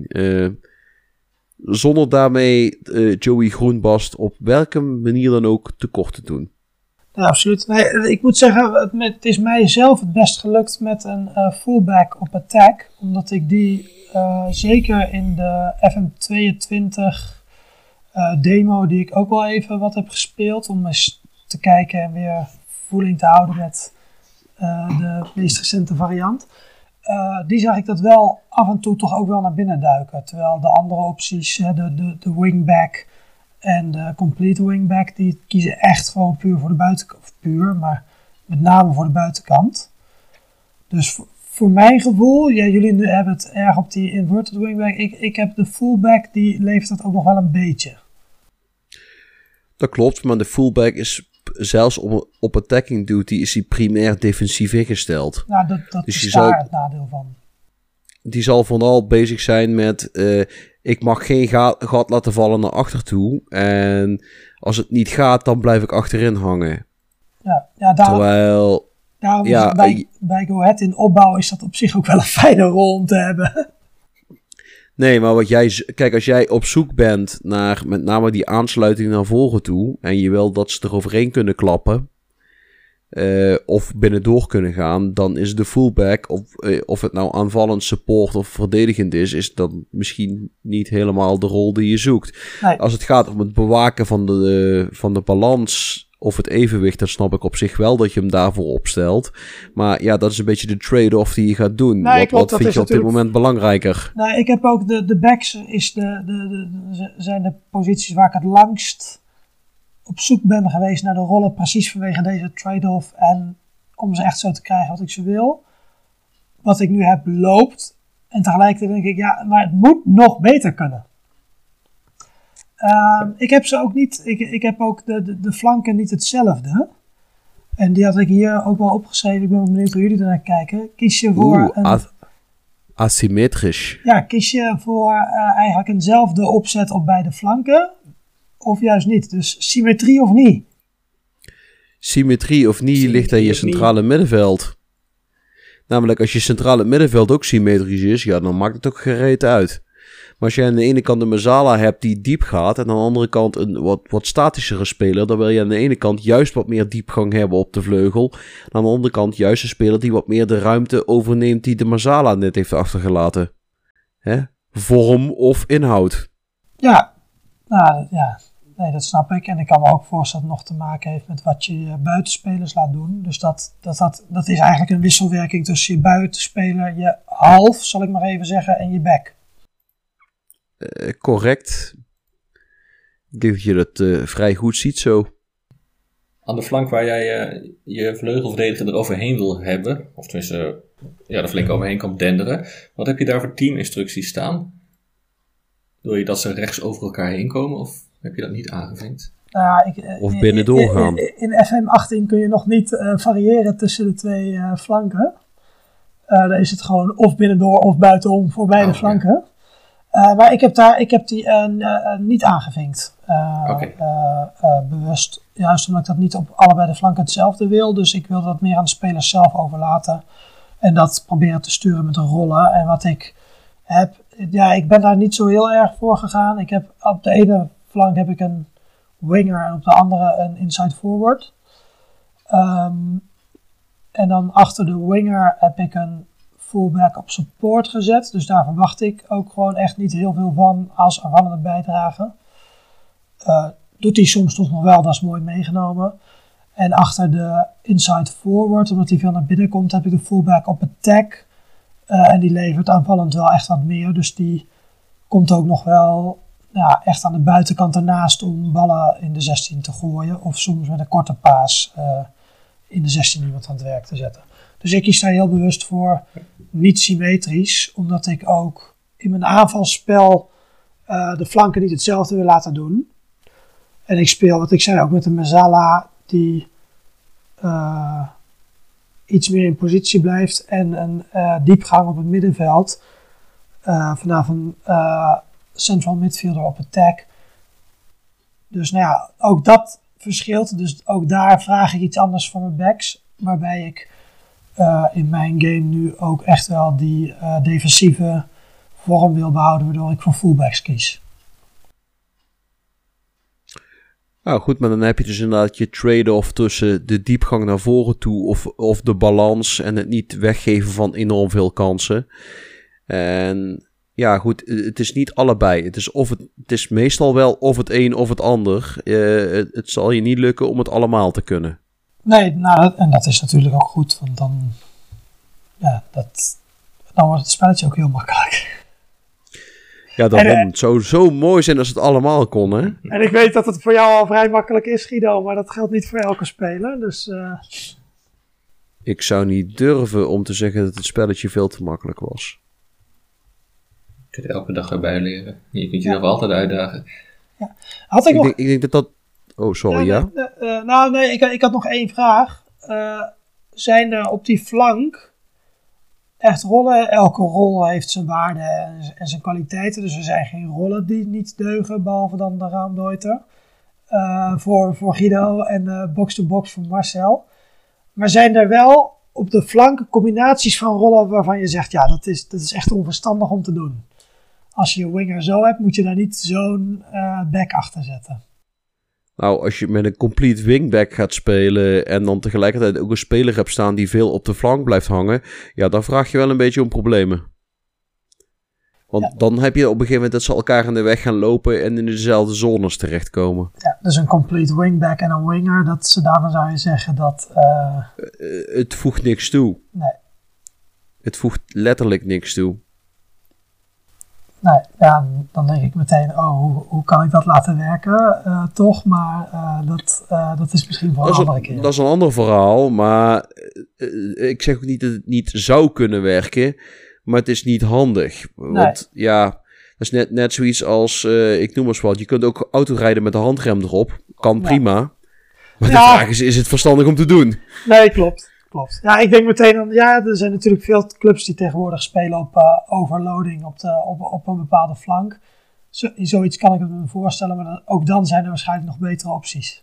S6: Zonder daarmee Joey Groenbast op welke manier dan ook tekort te doen.
S4: Ja, absoluut. Nee, ik moet zeggen, het is mij zelf het best gelukt met een fullback op attack. Omdat ik die zeker in de FM22 demo, die ik ook wel even wat heb gespeeld. Om eens te kijken en weer voeling te houden met de meest recente variant. Die zag ik dat wel af en toe toch ook wel naar binnen duiken. Terwijl de andere opties, de wingback en de complete wingback, die kiezen echt gewoon puur voor de buitenkant. Of puur, maar met name voor de buitenkant. Dus voor mijn gevoel, jullie hebben het erg op die inverted wingback. Ik heb de fullback, die levert dat ook nog wel een beetje.
S6: Dat klopt, maar de fullback is zelfs op attacking duty is hij primair defensief ingesteld.
S4: Nou, dat
S6: dus
S4: is daar het nadeel van.
S6: Die zal vooral bezig zijn met ik mag geen gat laten vallen naar achter toe. En als het niet gaat, dan blijf ik achterin hangen.
S4: Ja,
S6: terwijl...
S4: bij Go Ahead in opbouw is dat op zich ook wel een fijne rol om te hebben.
S6: Nee, maar kijk, als jij op zoek bent naar met name die aansluiting naar voren toe, en je wil dat ze er overheen kunnen klappen, of binnendoor kunnen gaan, dan is de fullback, of het nou aanvallend, support of verdedigend is dan misschien niet helemaal de rol die je zoekt.
S4: Nee.
S6: Als het gaat om het bewaken van de balans of het evenwicht, dan snap ik op zich wel dat je hem daarvoor opstelt. Maar ja, dat is een beetje de trade-off die je gaat doen.
S4: Nee,
S6: wat vind je op dit moment belangrijker?
S4: Nou, ik heb ook de backs zijn de posities waar ik het langst op zoek ben geweest naar de rollen, precies vanwege deze trade-off en om ze echt zo te krijgen wat ik ze wil. Wat ik nu heb loopt en tegelijkertijd denk ik, ja, maar het moet nog beter kunnen. Ik heb ze ook niet, ik heb ook de flanken niet hetzelfde. En die had ik hier ook wel opgeschreven. Ik ben benieuwd hoe jullie ernaar kijken. Kies je voor
S6: asymmetrisch.
S4: Ja, kies je voor eigenlijk eenzelfde opzet op beide flanken? Of juist niet? Dus symmetrie of niet?
S6: Symmetrie of niet ligt aan je centrale middenveld. Namelijk, als je centrale middenveld ook symmetrisch is, ja, dan maakt het ook gereed uit. Maar als je aan de ene kant een Mezzala hebt die diep gaat, en aan de andere kant een wat statischere speler, dan wil je aan de ene kant juist wat meer diepgang hebben op de vleugel. En aan de andere kant juist een speler die wat meer de ruimte overneemt die de Mezzala net heeft achtergelaten. Hè? Vorm of inhoud.
S4: Ja, nou ja, nee, dat snap ik. En ik kan me ook voorstellen dat het nog te maken heeft met wat je buitenspelers laat doen. Dus dat is eigenlijk een wisselwerking tussen je buitenspeler, je half, zal ik maar even zeggen, en je back.
S6: Correct. Ik denk dat je dat vrij goed ziet zo.
S3: Aan de flank waar jij je vleugelverdediger eroverheen wil hebben, of tenminste er flink overheen kan denderen, wat heb je daar voor teaminstructies staan? Wil je dat ze rechts over elkaar heen komen, of heb je dat niet aangevinkt?
S6: Of binnendoor gaan?
S4: In FM18 kun je nog niet variëren tussen de twee flanken. Dan is het gewoon of binnendoor of buitenom voor beide flanken. Ja. Maar ik heb die niet aangevinkt. Bewust. Juist omdat ik dat niet op allebei de flanken hetzelfde wil. Dus ik wil dat meer aan de spelers zelf overlaten. En dat proberen te sturen met de rollen. En wat ik heb... Ja, ik ben daar niet zo heel erg voor gegaan. Ik heb op de ene flank heb ik een winger en op de andere een inside forward. En dan achter de winger heb ik een fullback op support gezet. Dus daar verwacht ik ook gewoon echt niet heel veel van als aanvallende bijdrage. Doet hij soms toch nog wel, dat is mooi meegenomen. En achter de inside forward, omdat hij veel naar binnen komt, heb ik de fullback op attack. En die levert aanvallend wel echt wat meer. Dus die komt ook nog wel echt aan de buitenkant ernaast om ballen in de 16 te gooien. Of soms met een korte paas in de 16 iemand aan het werk te zetten. Dus ik kies daar heel bewust voor niet symmetrisch. Omdat ik ook in mijn aanvalsspel de flanken niet hetzelfde wil laten doen. En ik speel, wat ik zei, ook met een Mezzala die iets meer in positie blijft. En een diepgang op het middenveld. Vanaf een central midfielder op attack. Dus ook dat verschilt. Dus ook daar vraag ik iets anders van mijn backs. Waarbij ik in mijn game nu ook echt wel die defensieve vorm wil behouden. Waardoor ik voor fullbacks kies.
S6: Nou goed, maar dan heb je dus inderdaad je trade-off tussen de diepgang naar voren toe of de balans en het niet weggeven van enorm veel kansen. En ja goed, het is niet allebei. Het is meestal wel of het een of het ander. Het zal je niet lukken om het allemaal te kunnen.
S4: Nee, nou, en dat is natuurlijk ook goed, want dan wordt het spelletje ook heel makkelijk.
S6: Ja, daarom. Het zou zo mooi zijn als het allemaal kon, hè?
S4: En ik weet dat het voor jou al vrij makkelijk is, Guido, maar dat geldt niet voor elke speler. Dus,
S6: Ik zou niet durven om te zeggen dat het spelletje veel te makkelijk was.
S3: Je kunt elke dag erbij leren. Je kunt je nog altijd uitdagen.
S4: Ja. Had ik
S6: denk dat... Oh, sorry, ja?
S4: Nee, ik had nog één vraag. Zijn er op die flank echt rollen? Elke rol heeft zijn waarde en zijn kwaliteiten. Dus er zijn geen rollen die niet deugen, behalve dan de Raamdeuter. Voor Guido en box-to-box voor Marcel. Maar zijn er wel op de flanken combinaties van rollen waarvan je zegt, ja, dat is echt onverstandig om te doen. Als je je winger zo hebt, moet je daar niet zo'n back achter zetten.
S6: Nou, als je met een complete wingback gaat spelen en dan tegelijkertijd ook een speler hebt staan die veel op de flank blijft hangen, ja, dan vraag je wel een beetje om problemen. Want dan heb je op een gegeven moment dat ze elkaar in de weg gaan lopen en in dezelfde zones terechtkomen.
S4: Ja, dus een complete wingback en een winger, daarvan zou je zeggen dat...
S6: Het voegt niks toe.
S4: Nee.
S6: Het voegt letterlijk niks toe.
S4: Nee, ja, dan denk ik meteen, hoe kan ik dat laten werken? Toch, maar dat is misschien voor een andere keer.
S6: Dat is een ander verhaal, maar ik zeg ook niet dat het niet zou kunnen werken, maar het is niet handig.
S4: Nee.
S6: Want ja, dat is net zoiets als, ik noem eens wat, je kunt ook autorijden met de handrem erop. Kan prima. Maar de vraag is het verstandig om te doen?
S4: Nee, klopt. Ja, ik denk meteen aan, er zijn natuurlijk veel clubs die tegenwoordig spelen op overloading op een bepaalde flank. Zoiets kan ik me voorstellen, maar ook dan zijn er waarschijnlijk nog betere opties.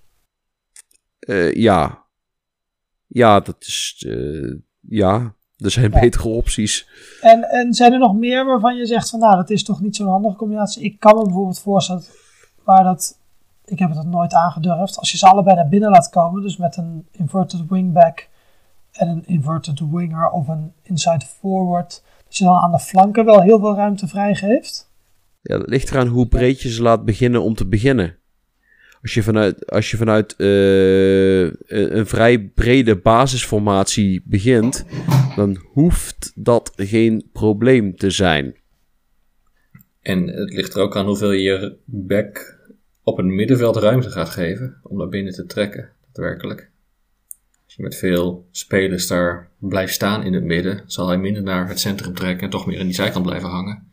S6: Ja, dat is, er zijn betere opties.
S4: En zijn er nog meer waarvan je zegt van, nou, dat is toch niet zo'n handige combinatie? Ik kan me bijvoorbeeld voorstellen, ik heb het nooit aangedurfd, als je ze allebei naar binnen laat komen, dus met een inverted wingback en een inverted winger of een inside forward, dat je dan aan de flanken wel heel veel ruimte vrijgeeft?
S6: Ja, dat ligt eraan hoe breed je ze laat beginnen om te beginnen. Als je vanuit een vrij brede basisformatie begint, dan hoeft dat geen probleem te zijn.
S3: En het ligt er ook aan hoeveel je back op het middenveld ruimte gaat geven om naar binnen te trekken, daadwerkelijk. Als je met veel spelers daar blijft staan in het midden, zal hij minder naar het centrum trekken en toch meer in die zijkant blijven hangen.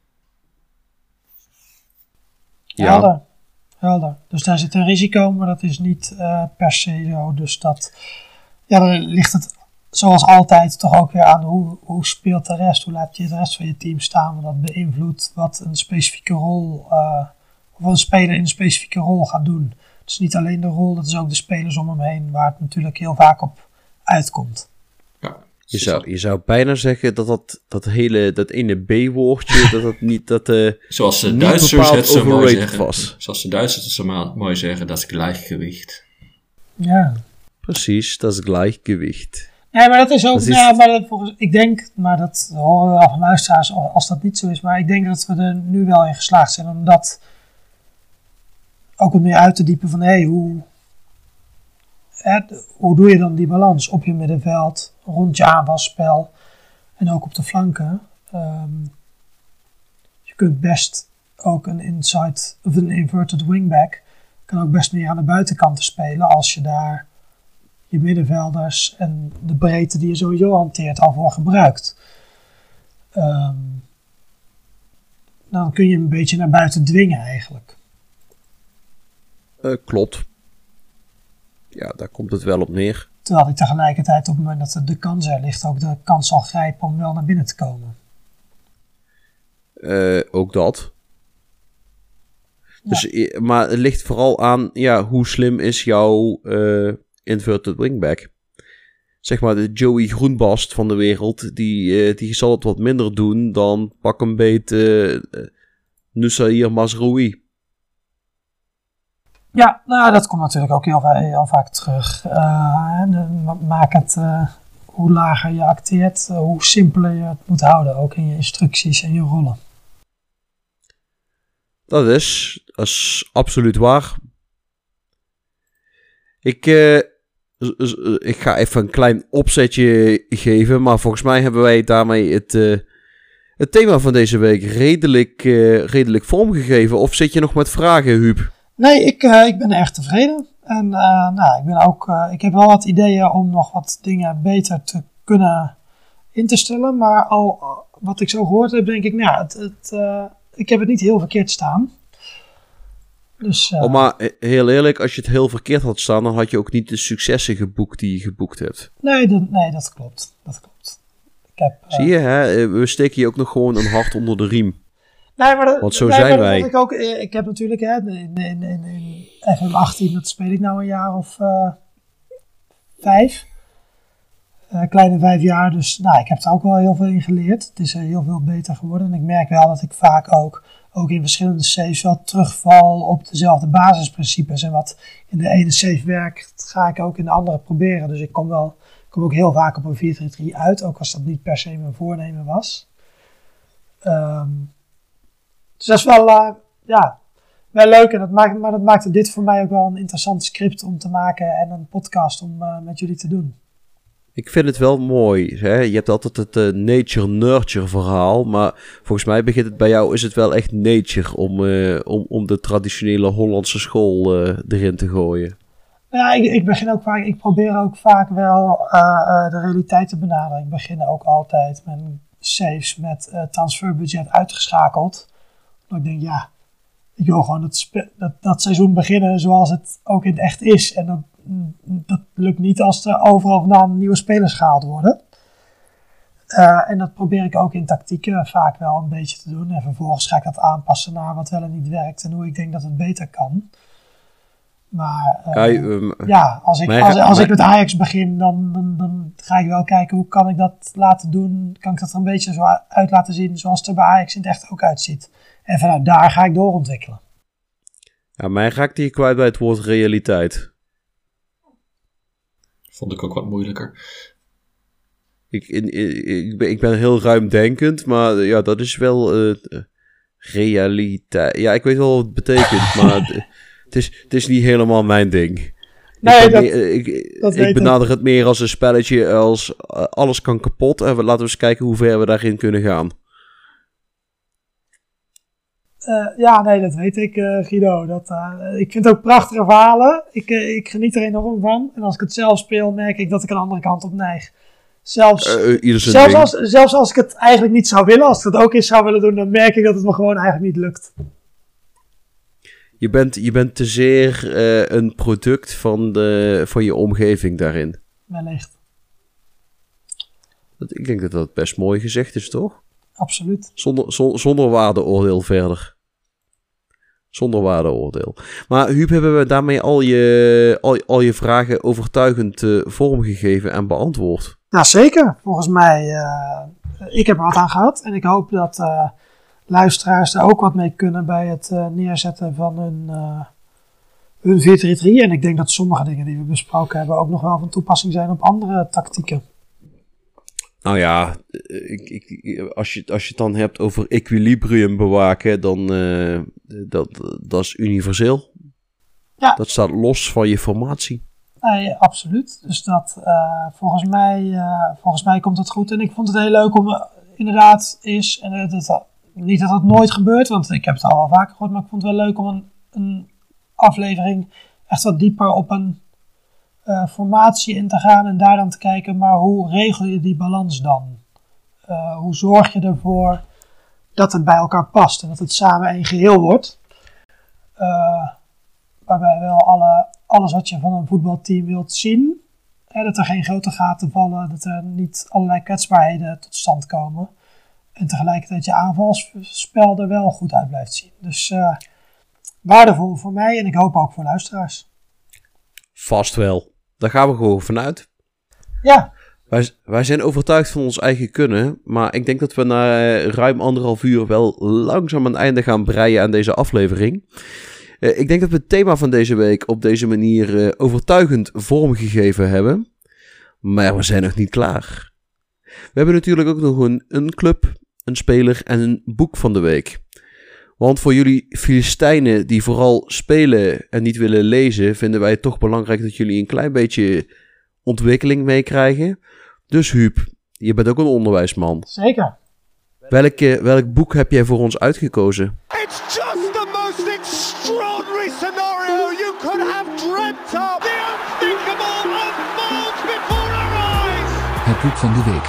S4: Ja. Helder. Dus daar zit een risico, maar dat is niet per se zo. Dus dan ligt het zoals altijd toch ook weer aan hoe speelt de rest, hoe laat je de rest van je team staan, want dat beïnvloedt wat een specifieke rol, of een speler in een specifieke rol gaat doen. Dus niet alleen de rol, dat is ook de spelers om hem heen, waar het natuurlijk heel vaak op uitkomt.
S3: Ja,
S6: je zou bijna zeggen dat ene B-woordje,
S3: zoals de Duitsers het zo mooi zeggen.
S6: Was.
S3: Zoals de Duitsers het zo mooi zeggen, dat is gleichgewicht.
S4: Ja.
S6: Precies, dat is gleichgewicht.
S4: Ja, maar dat is ook, ik denk, maar dat horen we wel van luisteraars als dat niet zo is, maar ik denk dat we er nu wel in geslaagd zijn om dat ook wat meer uit te diepen van, hoe doe je dan die balans op je middenveld, rond je aanvalspel en ook op de flanken. Je kunt best ook een inside of een inverted wingback kan ook best meer aan de buitenkanten spelen als je daar je middenvelders en de breedte die je sowieso hanteert al voor gebruikt. Dan kun je een beetje naar buiten dwingen eigenlijk.
S6: Klopt. Ja, daar komt het wel op neer.
S4: Terwijl hij tegelijkertijd op het moment dat de kans er ligt ook de kans zal grijpen om wel naar binnen te komen.
S6: Ook dat.
S4: Ja.
S6: Dus, maar het ligt vooral aan hoe slim is jouw inverted wingback. Zeg maar de Joey Groenbast van de wereld, die zal het wat minder doen dan pak een beet Nusair Mazraoui.
S4: Ja, nou, dat komt natuurlijk ook heel vaak terug. Maak het, hoe lager je acteert, hoe simpeler je het moet houden. Ook in je instructies en je rollen.
S6: Dat is absoluut waar. Ik ga even een klein opzetje geven, maar volgens mij hebben wij daarmee het thema van deze week redelijk vormgegeven. Of zit je nog met vragen, Huub?
S4: Nee, ik ben erg tevreden. En ik heb wel wat ideeën om nog wat dingen beter te kunnen in te stellen. Maar al wat ik zo gehoord heb, denk ik, ik heb het niet heel verkeerd staan. Dus,
S6: maar heel eerlijk, als je het heel verkeerd had staan, dan had je ook niet de successen geboekt die je geboekt hebt.
S4: Nee, dat klopt.
S6: Zie je, hè? We steken je ook nog gewoon een hart onder de riem.
S4: Nee, maar
S6: want zo zijn wij.
S4: Ik heb natuurlijk in FM18, dat speel ik nou een jaar of 5. Kleine 5 jaar, dus ik heb er ook wel heel veel in geleerd. Het is heel veel beter geworden. En ik merk wel dat ik vaak ook in verschillende saves wel terugval op dezelfde basisprincipes. En wat in de ene save werkt, ga ik ook in de andere proberen. Dus ik kom ook heel vaak op een 4-3-3 uit, ook als dat niet per se mijn voornemen was. Dus dat is wel leuk. En dat maakte dit voor mij ook wel een interessant script om te maken en een podcast om met jullie te doen.
S6: Ik vind het wel mooi. Hè? Je hebt altijd het nature-nurture verhaal. Maar volgens mij begint het bij jou, is het wel echt nature om de traditionele Hollandse school erin te gooien.
S4: Ja, ik probeer ook vaak wel de realiteit te benaderen. Ik begin ook altijd mijn saves met transferbudget uitgeschakeld. Want ik denk, ik wil gewoon dat seizoen beginnen zoals het ook in het echt is. En dat lukt niet als er overal vandaan nieuwe spelers gehaald worden. En dat probeer ik ook in tactieken vaak wel een beetje te doen. En vervolgens ga ik dat aanpassen naar wat wel en niet werkt en hoe ik denk dat het beter kan. Maar als ik met Ajax begin, dan ga ik wel kijken hoe kan ik dat laten doen. Kan ik dat er een beetje zo uit laten zien zoals het er bij Ajax in het echt ook uitziet. En vanuit daar ga ik doorontwikkelen.
S6: Ja, mij raakte je kwijt bij het woord realiteit.
S3: Vond ik ook wat moeilijker.
S6: Ik ben heel ruimdenkend, maar ja, dat is wel realiteit. Ja, ik weet wel wat het betekent, maar het is niet helemaal mijn ding.
S4: Nee,
S6: ik benader het meer als een spelletje als alles kan kapot. En laten we eens kijken hoe ver we daarin kunnen gaan.
S4: Dat weet ik, Guido. Ik vind het ook prachtige verhalen. Ik geniet er enorm van. En als ik het zelf speel, merk ik dat ik een andere kant op neig. Zelfs als ik het eigenlijk niet zou willen, als ik het ook eens zou willen doen, dan merk ik dat het me gewoon eigenlijk niet lukt.
S6: Je bent te zeer een product van je omgeving daarin.
S4: Wellicht.
S6: Ik denk dat dat best mooi gezegd is, toch?
S4: Absoluut.
S6: Zonder waardeoordeel verder. Zonder waardeoordeel. Maar Huub, hebben we daarmee al je vragen overtuigend vormgegeven en beantwoord?
S4: Nou, zeker. Volgens mij, ik heb er wat aan gehad. En ik hoop dat luisteraars er ook wat mee kunnen bij het neerzetten van hun 4-3-3. En ik denk dat sommige dingen die we besproken hebben ook nog wel van toepassing zijn op andere tactieken.
S6: Nou ja, als je het dan hebt over equilibrium bewaken, dan dat is universeel. Ja. Dat staat los van je formatie.
S4: Nee, absoluut. Dus dat volgens mij komt het goed. En ik vond het heel leuk om inderdaad niet dat het nooit gebeurt, want ik heb het al wel vaker gehoord, maar ik vond het wel leuk om een aflevering echt wat dieper op een formatie in te gaan en daar dan te kijken, maar hoe regel je die balans dan? Hoe zorg je ervoor dat het bij elkaar past en dat het samen één geheel wordt? Waarbij wel alles wat je van een voetbalteam wilt zien, dat er geen grote gaten vallen, dat er niet allerlei kwetsbaarheden tot stand komen en tegelijkertijd je aanvalsspel er wel goed uit blijft zien. Dus waardevol voor mij en ik hoop ook voor luisteraars.
S6: Vast wel. Daar gaan we gewoon vanuit.
S4: Ja.
S6: Wij zijn overtuigd van ons eigen kunnen, maar ik denk dat we na ruim 1,5 uur wel langzaam een einde gaan breien aan deze aflevering. Ik denk dat we het thema van deze week op deze manier overtuigend vormgegeven hebben. Maar we zijn nog niet klaar. We hebben natuurlijk ook nog een club, een speler en een boek van de week. Want voor jullie Filistijnen die vooral spelen en niet willen lezen, vinden wij het toch belangrijk dat jullie een klein beetje ontwikkeling meekrijgen. Dus Huub, je bent ook een onderwijsman.
S4: Zeker.
S6: Welk boek heb jij voor ons uitgekozen?
S5: It's just the most extraordinary scenario you could have dreamt of. The unthinkable unfolds before our eyes.
S2: Het boek van de week.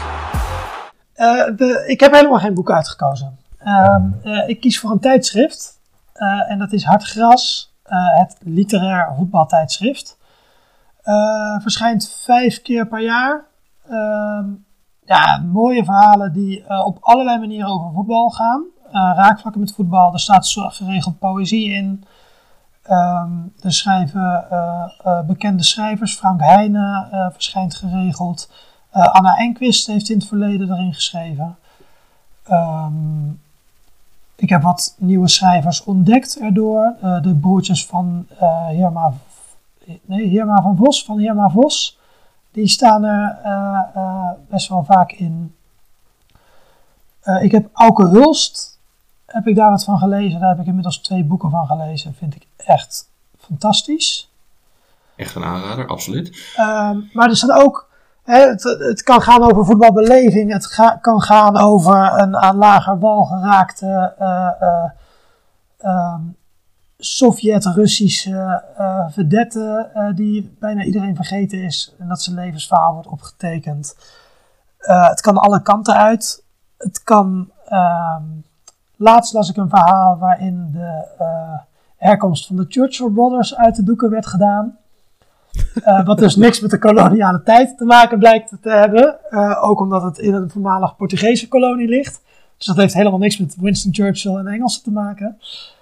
S4: Ik heb helemaal geen boek uitgekozen. Ik kies voor een tijdschrift. En dat is Hartgras, het literair voetbaltijdschrift. Verschijnt 5 keer per jaar. Mooie verhalen die op allerlei manieren over voetbal gaan. Raakvlakken met voetbal. Er staat geregeld poëzie in. Er schrijven bekende schrijvers. Frank Heijnen verschijnt geregeld. Anna Enquist heeft in het verleden erin geschreven. Ik heb wat nieuwe schrijvers ontdekt erdoor. De broertjes van Heerma Vos. Die staan er best wel vaak in. Ik heb Auke Hulst. Heb ik daar wat van gelezen. Daar heb ik inmiddels 2 boeken van gelezen. Vind ik echt fantastisch.
S3: Echt een aanrader, absoluut.
S4: Maar er staat ook... Het kan gaan over voetbalbeleving. Het kan gaan over een aan lager wal geraakte Sovjet-Russische vedette die bijna iedereen vergeten is. En dat zijn levensverhaal wordt opgetekend. Het kan alle kanten uit. Het kan... laatst las ik een verhaal waarin de herkomst van de Churchill Brothers uit de doeken werd gedaan. Wat dus niks met de koloniale tijd te maken blijkt te hebben. Ook omdat het in een voormalig Portugese kolonie ligt. Dus dat heeft helemaal niks met Winston Churchill en Engelsen te maken.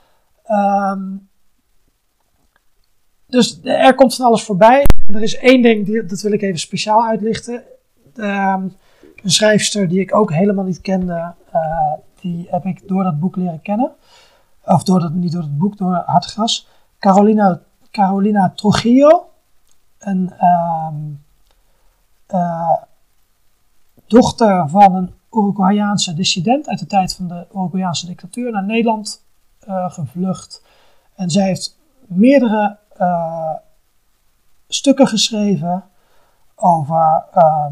S4: Dus er komt van alles voorbij. En er is één ding, dat wil ik even speciaal uitlichten. Een schrijfster die ik ook helemaal niet kende. Die heb ik door dat boek leren kennen. Of niet door het boek, door Hartgras. Carolina Trujillo. Een dochter van een Uruguayaanse dissident uit de tijd van de Uruguayaanse dictatuur naar Nederland gevlucht. En zij heeft meerdere stukken geschreven over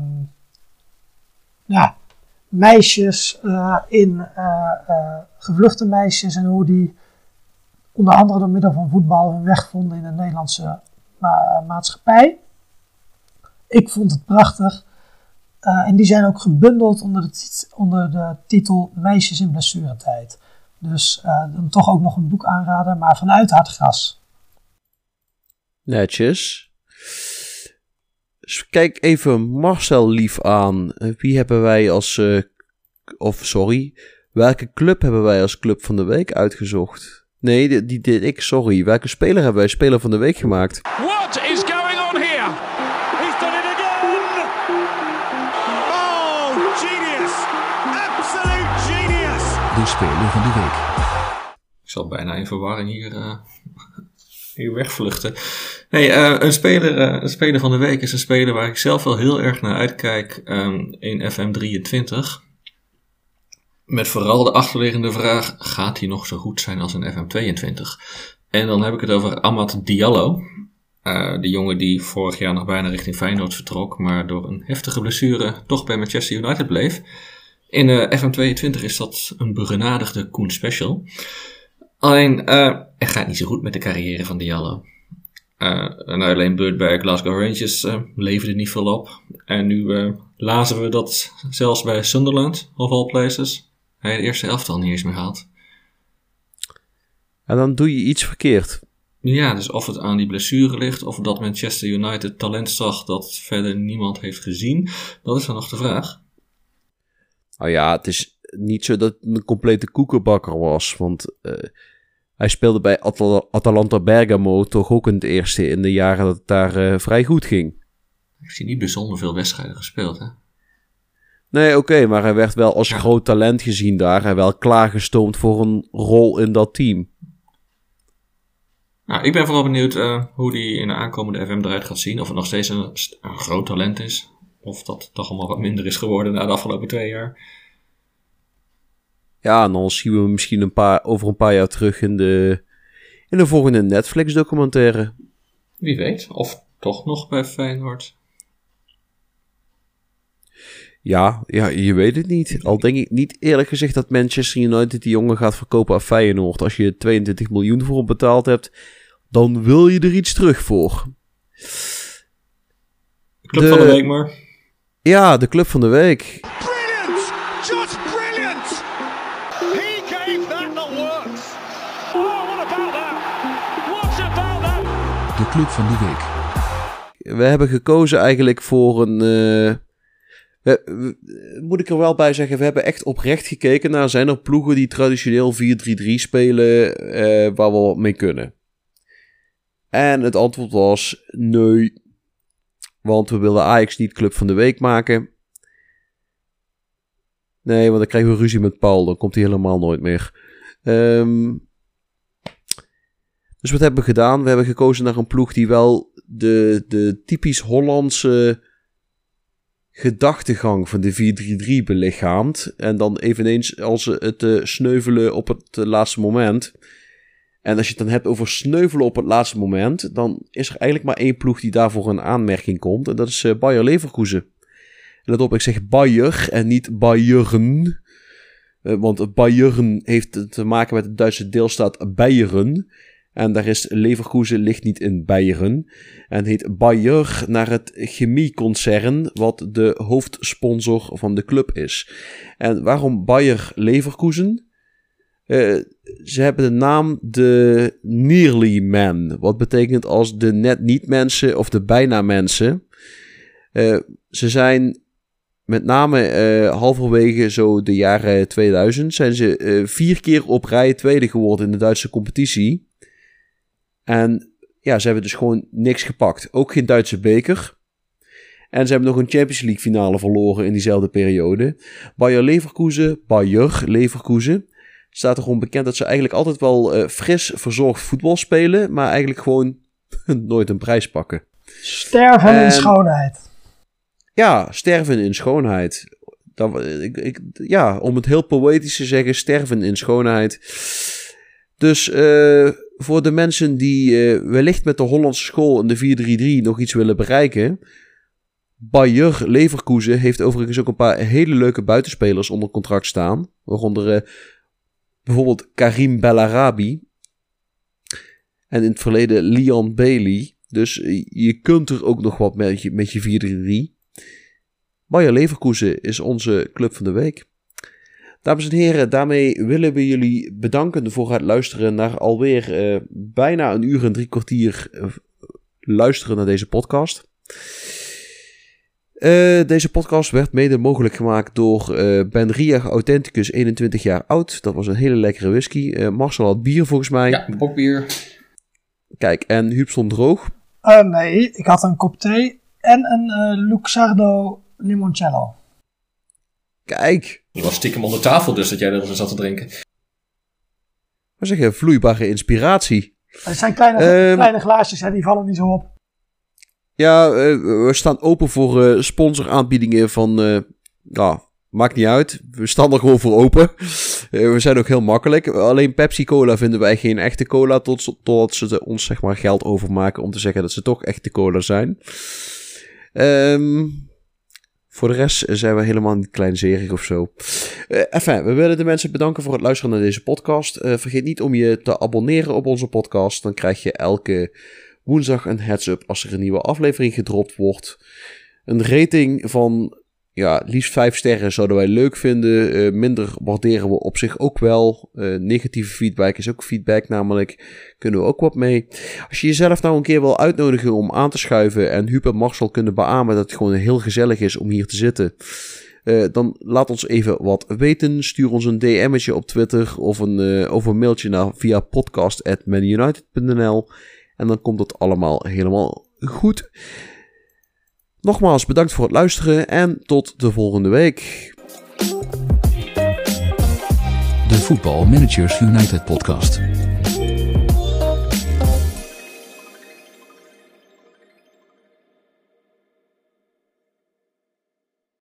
S4: meisjes gevluchte meisjes en hoe die onder andere door middel van voetbal hun weg vonden in de Nederlandse maatschappij. Ik vond het prachtig. En die zijn ook gebundeld onder de titel Meisjes in blessuretijd. Dus dan toch ook nog een boek aanraden, maar vanuit Hartgras.
S6: Netjes. Dus kijk even Marcel lief aan. Wie hebben wij als... welke club hebben wij als club van de week uitgezocht? Nee, die deed ik, sorry. Welke speler hebben wij speler van de week gemaakt?
S5: What is going on here? He's done it again! Oh, genius! Absolute genius!
S2: De speler van de week.
S3: Ik zal bijna in verwarring hier wegvluchten. Nee, een speler van de week is een speler waar ik zelf wel heel erg naar uitkijk in FM23. Met vooral de achterliggende vraag, gaat hij nog zo goed zijn als een FM22? En dan heb ik het over Amad Diallo. De jongen die vorig jaar nog bijna richting Feyenoord vertrok, maar door een heftige blessure toch bij Manchester United bleef. In FM22 is dat een begenadigde Koen Special. Alleen, het gaat niet zo goed met de carrière van Diallo. En alleen beurt bij Glasgow Rangers leverde niet veel op. En nu lazen we dat zelfs bij Sunderland, of all places, hij de eerste elftal niet eens meer haalt.
S6: En dan doe je iets verkeerd.
S3: Ja, dus of het aan die blessure ligt, of dat Manchester United talent zag dat verder niemand heeft gezien, dat is dan nog de vraag.
S6: Nou ja, het is niet zo dat het een complete koekenbakker was, want hij speelde bij Atalanta Bergamo toch ook in het eerste in de jaren dat het daar vrij goed ging.
S3: Heeft hij niet bijzonder veel wedstrijden gespeeld, hè?
S6: Nee, oké, maar hij werd wel als groot talent gezien daar en wel klaargestoomd voor een rol in dat team.
S3: Nou, ik ben vooral benieuwd hoe die in de aankomende FM eruit gaat zien. Of het nog steeds een groot talent is. Of dat toch allemaal wat minder is geworden na de afgelopen 2 jaar.
S6: Ja, en dan zien we hem misschien over een paar jaar terug in de volgende Netflix-documentaire.
S3: Wie weet, of toch nog bij Feyenoord.
S6: Ja, je weet het niet. Al denk ik niet eerlijk gezegd dat Manchester United die jongen gaat verkopen aan Feyenoord. Als je 22 miljoen voor hem betaald hebt, dan wil je er iets terug voor.
S3: Club van de week maar.
S6: Ja, de club van de week.
S5: Brilliant! Just brilliant! He gave that the works. Oh, what about that? What about that?
S2: De club van de week.
S6: We hebben gekozen eigenlijk voor een... moet ik er wel bij zeggen, we hebben echt oprecht gekeken naar... zijn er ploegen die traditioneel 4-3-3 spelen waar we wat mee kunnen? En het antwoord was nee. Want we wilden Ajax niet club van de week maken. Nee, want dan krijgen we ruzie met Paul. Dan komt hij helemaal nooit meer. Dus wat hebben we gedaan? We hebben gekozen naar een ploeg die wel de typisch Hollandse gedachtegang van de 4-3-3 belichaamt. En dan eveneens als het sneuvelen op het laatste moment. En als je het dan hebt over sneuvelen op het laatste moment, dan is er eigenlijk maar 1 ploeg die daarvoor een aanmerking komt. En dat is Bayer Leverkusen. En let op, ik zeg Bayer en niet Bayern. Want Bayern heeft te maken met de Duitse deelstaat Beieren. En daar is Leverkusen ligt niet in Beieren. En heet Bayer naar het chemieconcern wat de hoofdsponsor van de club is. En waarom Bayer Leverkusen? Ze hebben de naam de Nearly Men. Wat betekent als de net niet mensen of de bijna mensen. Ze zijn met name halverwege zo de jaren 2000... zijn ze 4 keer op rij tweede geworden in de Duitse competitie. En ja, ze hebben dus gewoon niks gepakt. Ook geen Duitse beker. En ze hebben nog een Champions League finale verloren in diezelfde periode. Bayer Leverkusen staat er gewoon bekend dat ze eigenlijk altijd wel fris verzorgd voetbal spelen, maar eigenlijk gewoon nooit een prijs pakken.
S4: Sterven in schoonheid.
S6: Ja, sterven in schoonheid. Om het heel poëtisch te zeggen, sterven in schoonheid. Dus voor de mensen die wellicht met de Hollandse school en de 4-3-3 nog iets willen bereiken, Bayer Leverkusen heeft overigens ook een paar hele leuke buitenspelers onder contract staan. Waaronder bijvoorbeeld Karim Bellarabi. En in het verleden Leon Bailey. Dus je kunt er ook nog wat met je 4-3-3. Bayer Leverkusen is onze club van de week. Dames en heren, daarmee willen we jullie bedanken voor het luisteren naar alweer bijna 1 uur en 3 kwartier luisteren naar deze podcast. Deze podcast werd mede mogelijk gemaakt door Ben Riach Authenticus, 21 jaar oud. Dat was een hele lekkere whisky. Marcel had bier volgens mij.
S3: Ja, een bokbier.
S6: Kijk, en Huub stond droog.
S4: Nee, ik had een kop thee en een Luxardo limoncello.
S6: Kijk.
S3: Je was stiekem onder tafel dus dat jij er zat te drinken.
S6: Wat zeg je, vloeibare inspiratie.
S4: Het zijn kleine glaasjes, hè, die vallen niet zo op.
S6: Ja, we staan open voor sponsoraanbiedingen van... maakt niet uit. We staan er gewoon voor open. We zijn ook heel makkelijk. Alleen Pepsi Cola vinden wij geen echte cola totdat ze ons zeg maar geld overmaken om te zeggen dat ze toch echte cola zijn. Voor de rest zijn we helemaal niet kleinzerig of zo. We willen de mensen bedanken voor het luisteren naar deze podcast. Vergeet niet om je te abonneren op onze podcast. Dan krijg je elke woensdag een heads-up als er een nieuwe aflevering gedropt wordt. Een rating van liefst 5 sterren zouden wij leuk vinden. Minder waarderen we op zich ook wel. Negatieve feedback is ook feedback namelijk. Kunnen we ook wat mee. Als je jezelf nou een keer wil uitnodigen om aan te schuiven en Huub en Marcel kunnen beamen dat het gewoon heel gezellig is om hier te zitten, dan laat ons even wat weten. Stuur ons een DM'tje op Twitter of een mailtje via podcast@manunited.nl en dan komt het allemaal helemaal goed. Nogmaals bedankt voor het luisteren en tot de volgende week.
S2: De Football Managers United podcast.